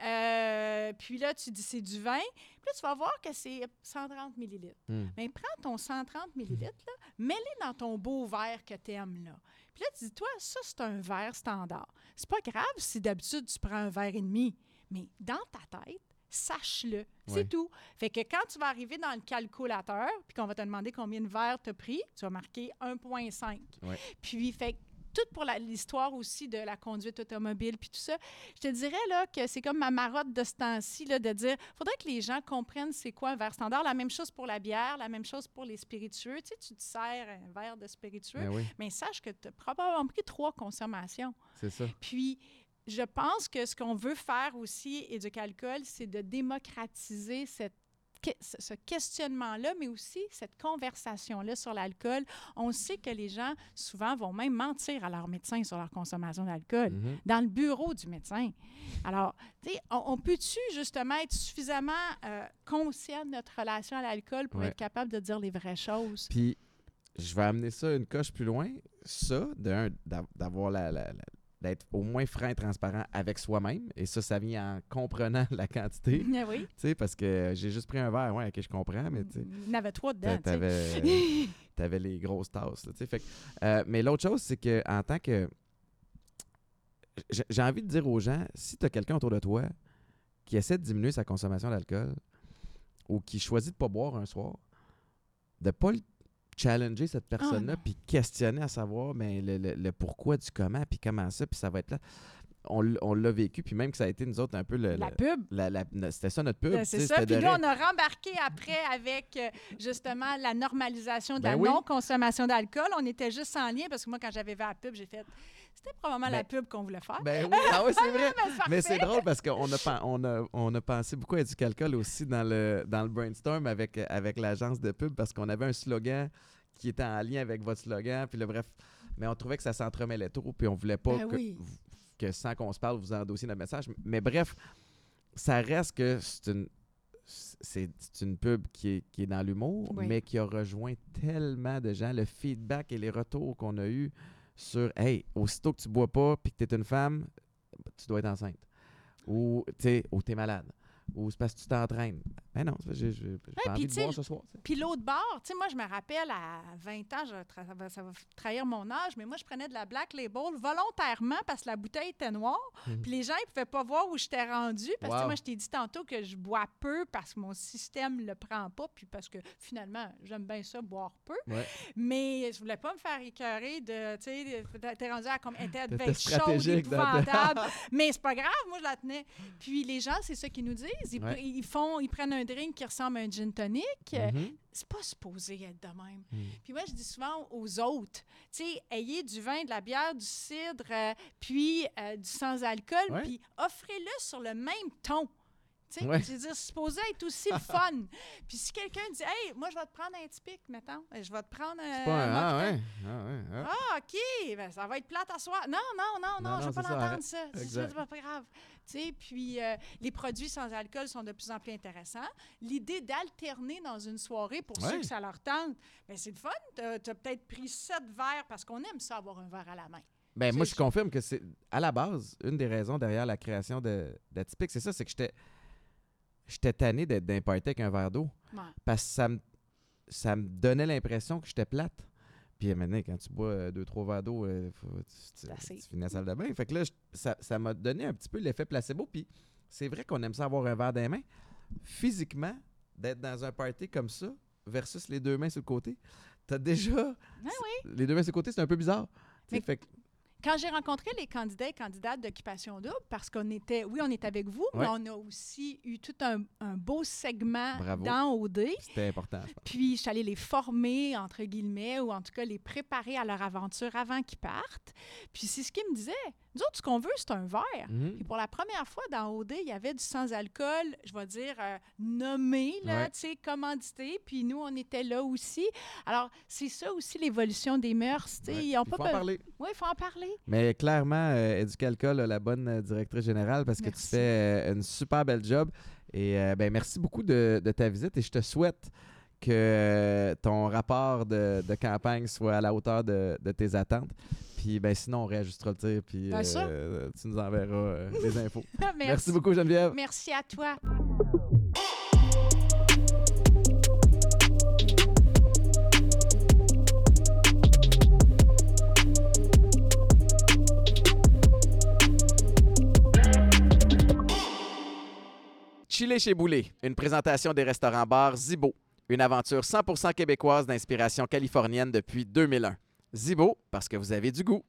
Euh, puis là, tu dis c'est du vin. Puis là, tu vas voir que c'est cent trente millilitres. Hmm. Mais prends ton cent trente millilitres, là, mets-les dans ton beau verre que tu aimes, là. Puis là, tu dis, toi, ça, c'est un verre standard. C'est pas grave si d'habitude, tu prends un verre et demi. Mais dans ta tête, sache-le. C'est Ouais. tout. Fait que quand tu vas arriver dans le calculateur, puis qu'on va te demander combien de verres tu as pris, tu vas marquer un virgule cinq. Ouais. Puis, fait que tout pour la- l'histoire aussi de la conduite automobile, puis tout ça. Je te dirais là, que c'est comme ma marotte de ce temps-ci, là, de dire faudrait que les gens comprennent c'est quoi un verre standard. La même chose pour la bière, la même chose pour les spiritueux. Tu sais, tu te sers un verre de spiritueux, Ben oui, mais sache que tu as probablement pris trois consommations. c'est ça. Puis, je pense que ce qu'on veut faire aussi, Éduc-Alcool, c'est de démocratiser cette que- ce ce questionnement-là, mais aussi cette conversation-là sur l'alcool. On sait que les gens, souvent, vont même mentir à leur médecin sur leur consommation d'alcool, Mhm. dans le bureau du médecin. Alors, tu sais, on, on peut-tu justement être suffisamment euh, conscient de notre relation à l'alcool pour Ouais. être capable de dire les vraies choses? Puis, je vais amener ça une coche plus loin. Ça, d'un, d'av- d'avoir la, la- la- d'être au moins franc et transparent avec soi-même. Et ça, ça vient en comprenant la quantité. Tu Ah oui. sais, parce que j'ai juste pris un verre, ouais, ok, je comprends, mais tu sais. Il y en avait trois dedans. T'a- tu sais. T'avais, euh, t'avais les grosses tasses. Là, tu sais. Fait que, euh, mais l'autre chose, c'est que en tant que. j'ai- J'ai envie de dire aux gens, si tu as quelqu'un autour de toi qui essaie de diminuer sa consommation d'alcool ou qui choisit de ne pas boire un soir, de ne pas le challenger cette personne-là, non. puis questionner à savoir ben, le, le- le pourquoi du comment, puis comment ça, puis ça va être là. On, l- on l'a vécu, puis même que ça a été nous autres un peu le. La le- pub. la- la- no- c'était ça notre pub. Ben, tu c'est sais, ça. c'était Puis de là, ré- on a rembarqué après avec euh, justement la normalisation de Ben la oui. non-consommation d'alcool. On était juste en lien parce que moi, quand j'avais vu la pub, j'ai fait c'était probablement la Ben- pub qu'on voulait faire. Ben oui, ah oui, c'est vrai. Ben, c'est Mais c'est parfait. drôle parce qu'on a, pen- on a, on a pensé beaucoup à du calcul aussi dans le, dans le brainstorm avec, avec l'agence de pub parce qu'on avait un slogan qui était en lien avec votre slogan. Puis là, bref, mais on trouvait que ça s'entremêlait trop. Puis on voulait pas Ben que, oui. que sans qu'on se parle, vous endossiez notre message. Mais bref, ça reste que c'est une, c'est, c'est une pub qui est, qui est dans l'humour, Oui. mais qui a rejoint tellement de gens. Le feedback et les retours qu'on a eus sur « Hey, aussitôt que tu bois pas puis que tu es une femme, tu dois être enceinte. » Ou « Tu sais, ou t'es malade. » Ou « C'est parce que tu t'entraînes. » Ben non, c'est- j'ai j'ai- j'ai pas puis envie de tu sais, boire ce soir. tu sais. Puis l'autre bord, tu sais, moi, je me rappelle à vingt ans, je tra- ça va- ça va trahir mon âge, mais moi, je prenais de la Black Label volontairement parce que la bouteille était noire. Mhm. Puis les gens, ils ne pouvaient pas voir où j'étais rendue. Parce que tu sais, Wow. moi, je t'ai dit tantôt que je bois peu parce que mon système ne le prend pas. Puis parce que finalement, j'aime bien ça, boire peu. Ouais. Mais je voulais pas me faire écœurer de, tu sais, de- t'es rendu à comme, elle devait T'étais être chaude, stratégique dans- épouvantable. Mais c'est pas grave, moi, je la tenais. Puis les gens, c'est ça qu'ils nous disent. Ils, Ouais. ils font, ils prennent un drink qui ressemble à un gin tonic. Mhm. C'est pas supposé être de même. Mm. Puis moi, je dis souvent aux autres, tu sais, ayez du vin, de la bière, du cidre, euh, puis euh, du sans-alcool, Ouais. puis offrez-le sur le même ton. Tu sais, Ouais. je veux dire, c'est supposé être aussi le fun. Puis si quelqu'un dit, hey, moi, je vais te prendre un typique, mettons, je vais te prendre un. C'est pas un. Ah mocktail. ouais. Ah ouais. ah. Ah, OK, ben, ça va être plate à soir. Non, non, non, non, Non, je non, veux pas c'est ça, l'entendre, arrête. ça. C'est Exact. c'est pas pas grave. Tu sais, puis euh, les produits sans alcool sont de plus en plus intéressants. L'idée d'alterner dans une soirée pour Ouais. ceux que ça leur tente, ben, c'est le fun. Tu as peut-être pris sept verres parce qu'on aime ça avoir un verre à la main. Ben, moi, C'est- je confirme que c'est, à la base, une des raisons derrière la création de, d'Atypique, c'est ça, c'est que j'étais, j'étais tanné d'être d'un party avec un verre d'eau. Ouais. Parce que ça me, ça me donnait l'impression que j'étais plate. Puis maintenant, quand tu bois euh, deux, trois verres d'eau, euh, faut- tu, tu, assez. tu finis la salle de bain. Fait que là, je- ça, ça m'a donné un petit peu l'effet placebo. Puis c'est vrai qu'on aime ça avoir un verre dans les mains. Physiquement, d'être dans un party comme ça, versus les deux mains sur le côté, t'as déjà... Ah Les deux mains sur le côté, c'est un peu bizarre. Tu sais, Mais- fait que- Quand j'ai rencontré les candidats et candidates d'Occupation Double, parce qu'on était, oui, on est avec vous, mais Ouais. on a aussi eu tout un, un beau segment Bravo. dans O D. c'était important, je pense. Puis, je suis allée les former, entre guillemets, ou en tout cas les préparer à leur aventure avant qu'ils partent. Puis, c'est ce qu'ils me disaient. Nous autres, ce qu'on veut, c'est un verre. Mhm. Puis, pour la première fois dans O D, il y avait du sans-alcool, je vais dire, euh, nommé, là, Ouais. tu sais, commandité. Puis, nous, on était là aussi. Alors, c'est ça aussi l'évolution des mœurs, tu sais. Ouais. Ils ont Il pas faut en be- parler. Oui, il faut en parler. Mais clairement, euh, Éducalcool a la bonne euh, directrice générale parce que tu Merci. fais euh, une super belle job. Et euh, ben, merci beaucoup de, de ta visite et je te souhaite que euh, ton rapport de, de campagne soit à la hauteur de, de tes attentes. Puis ben, sinon, on réajustera le tir puis Bien sûr. euh, tu nous enverras euh, les infos. Merci. Merci beaucoup, Geneviève. Merci à toi. Chiller chez Boulet, une présentation des restaurants-bars Zibo, une aventure cent pour cent québécoise d'inspiration californienne depuis deux mille un. Zibo, parce que vous avez du goût.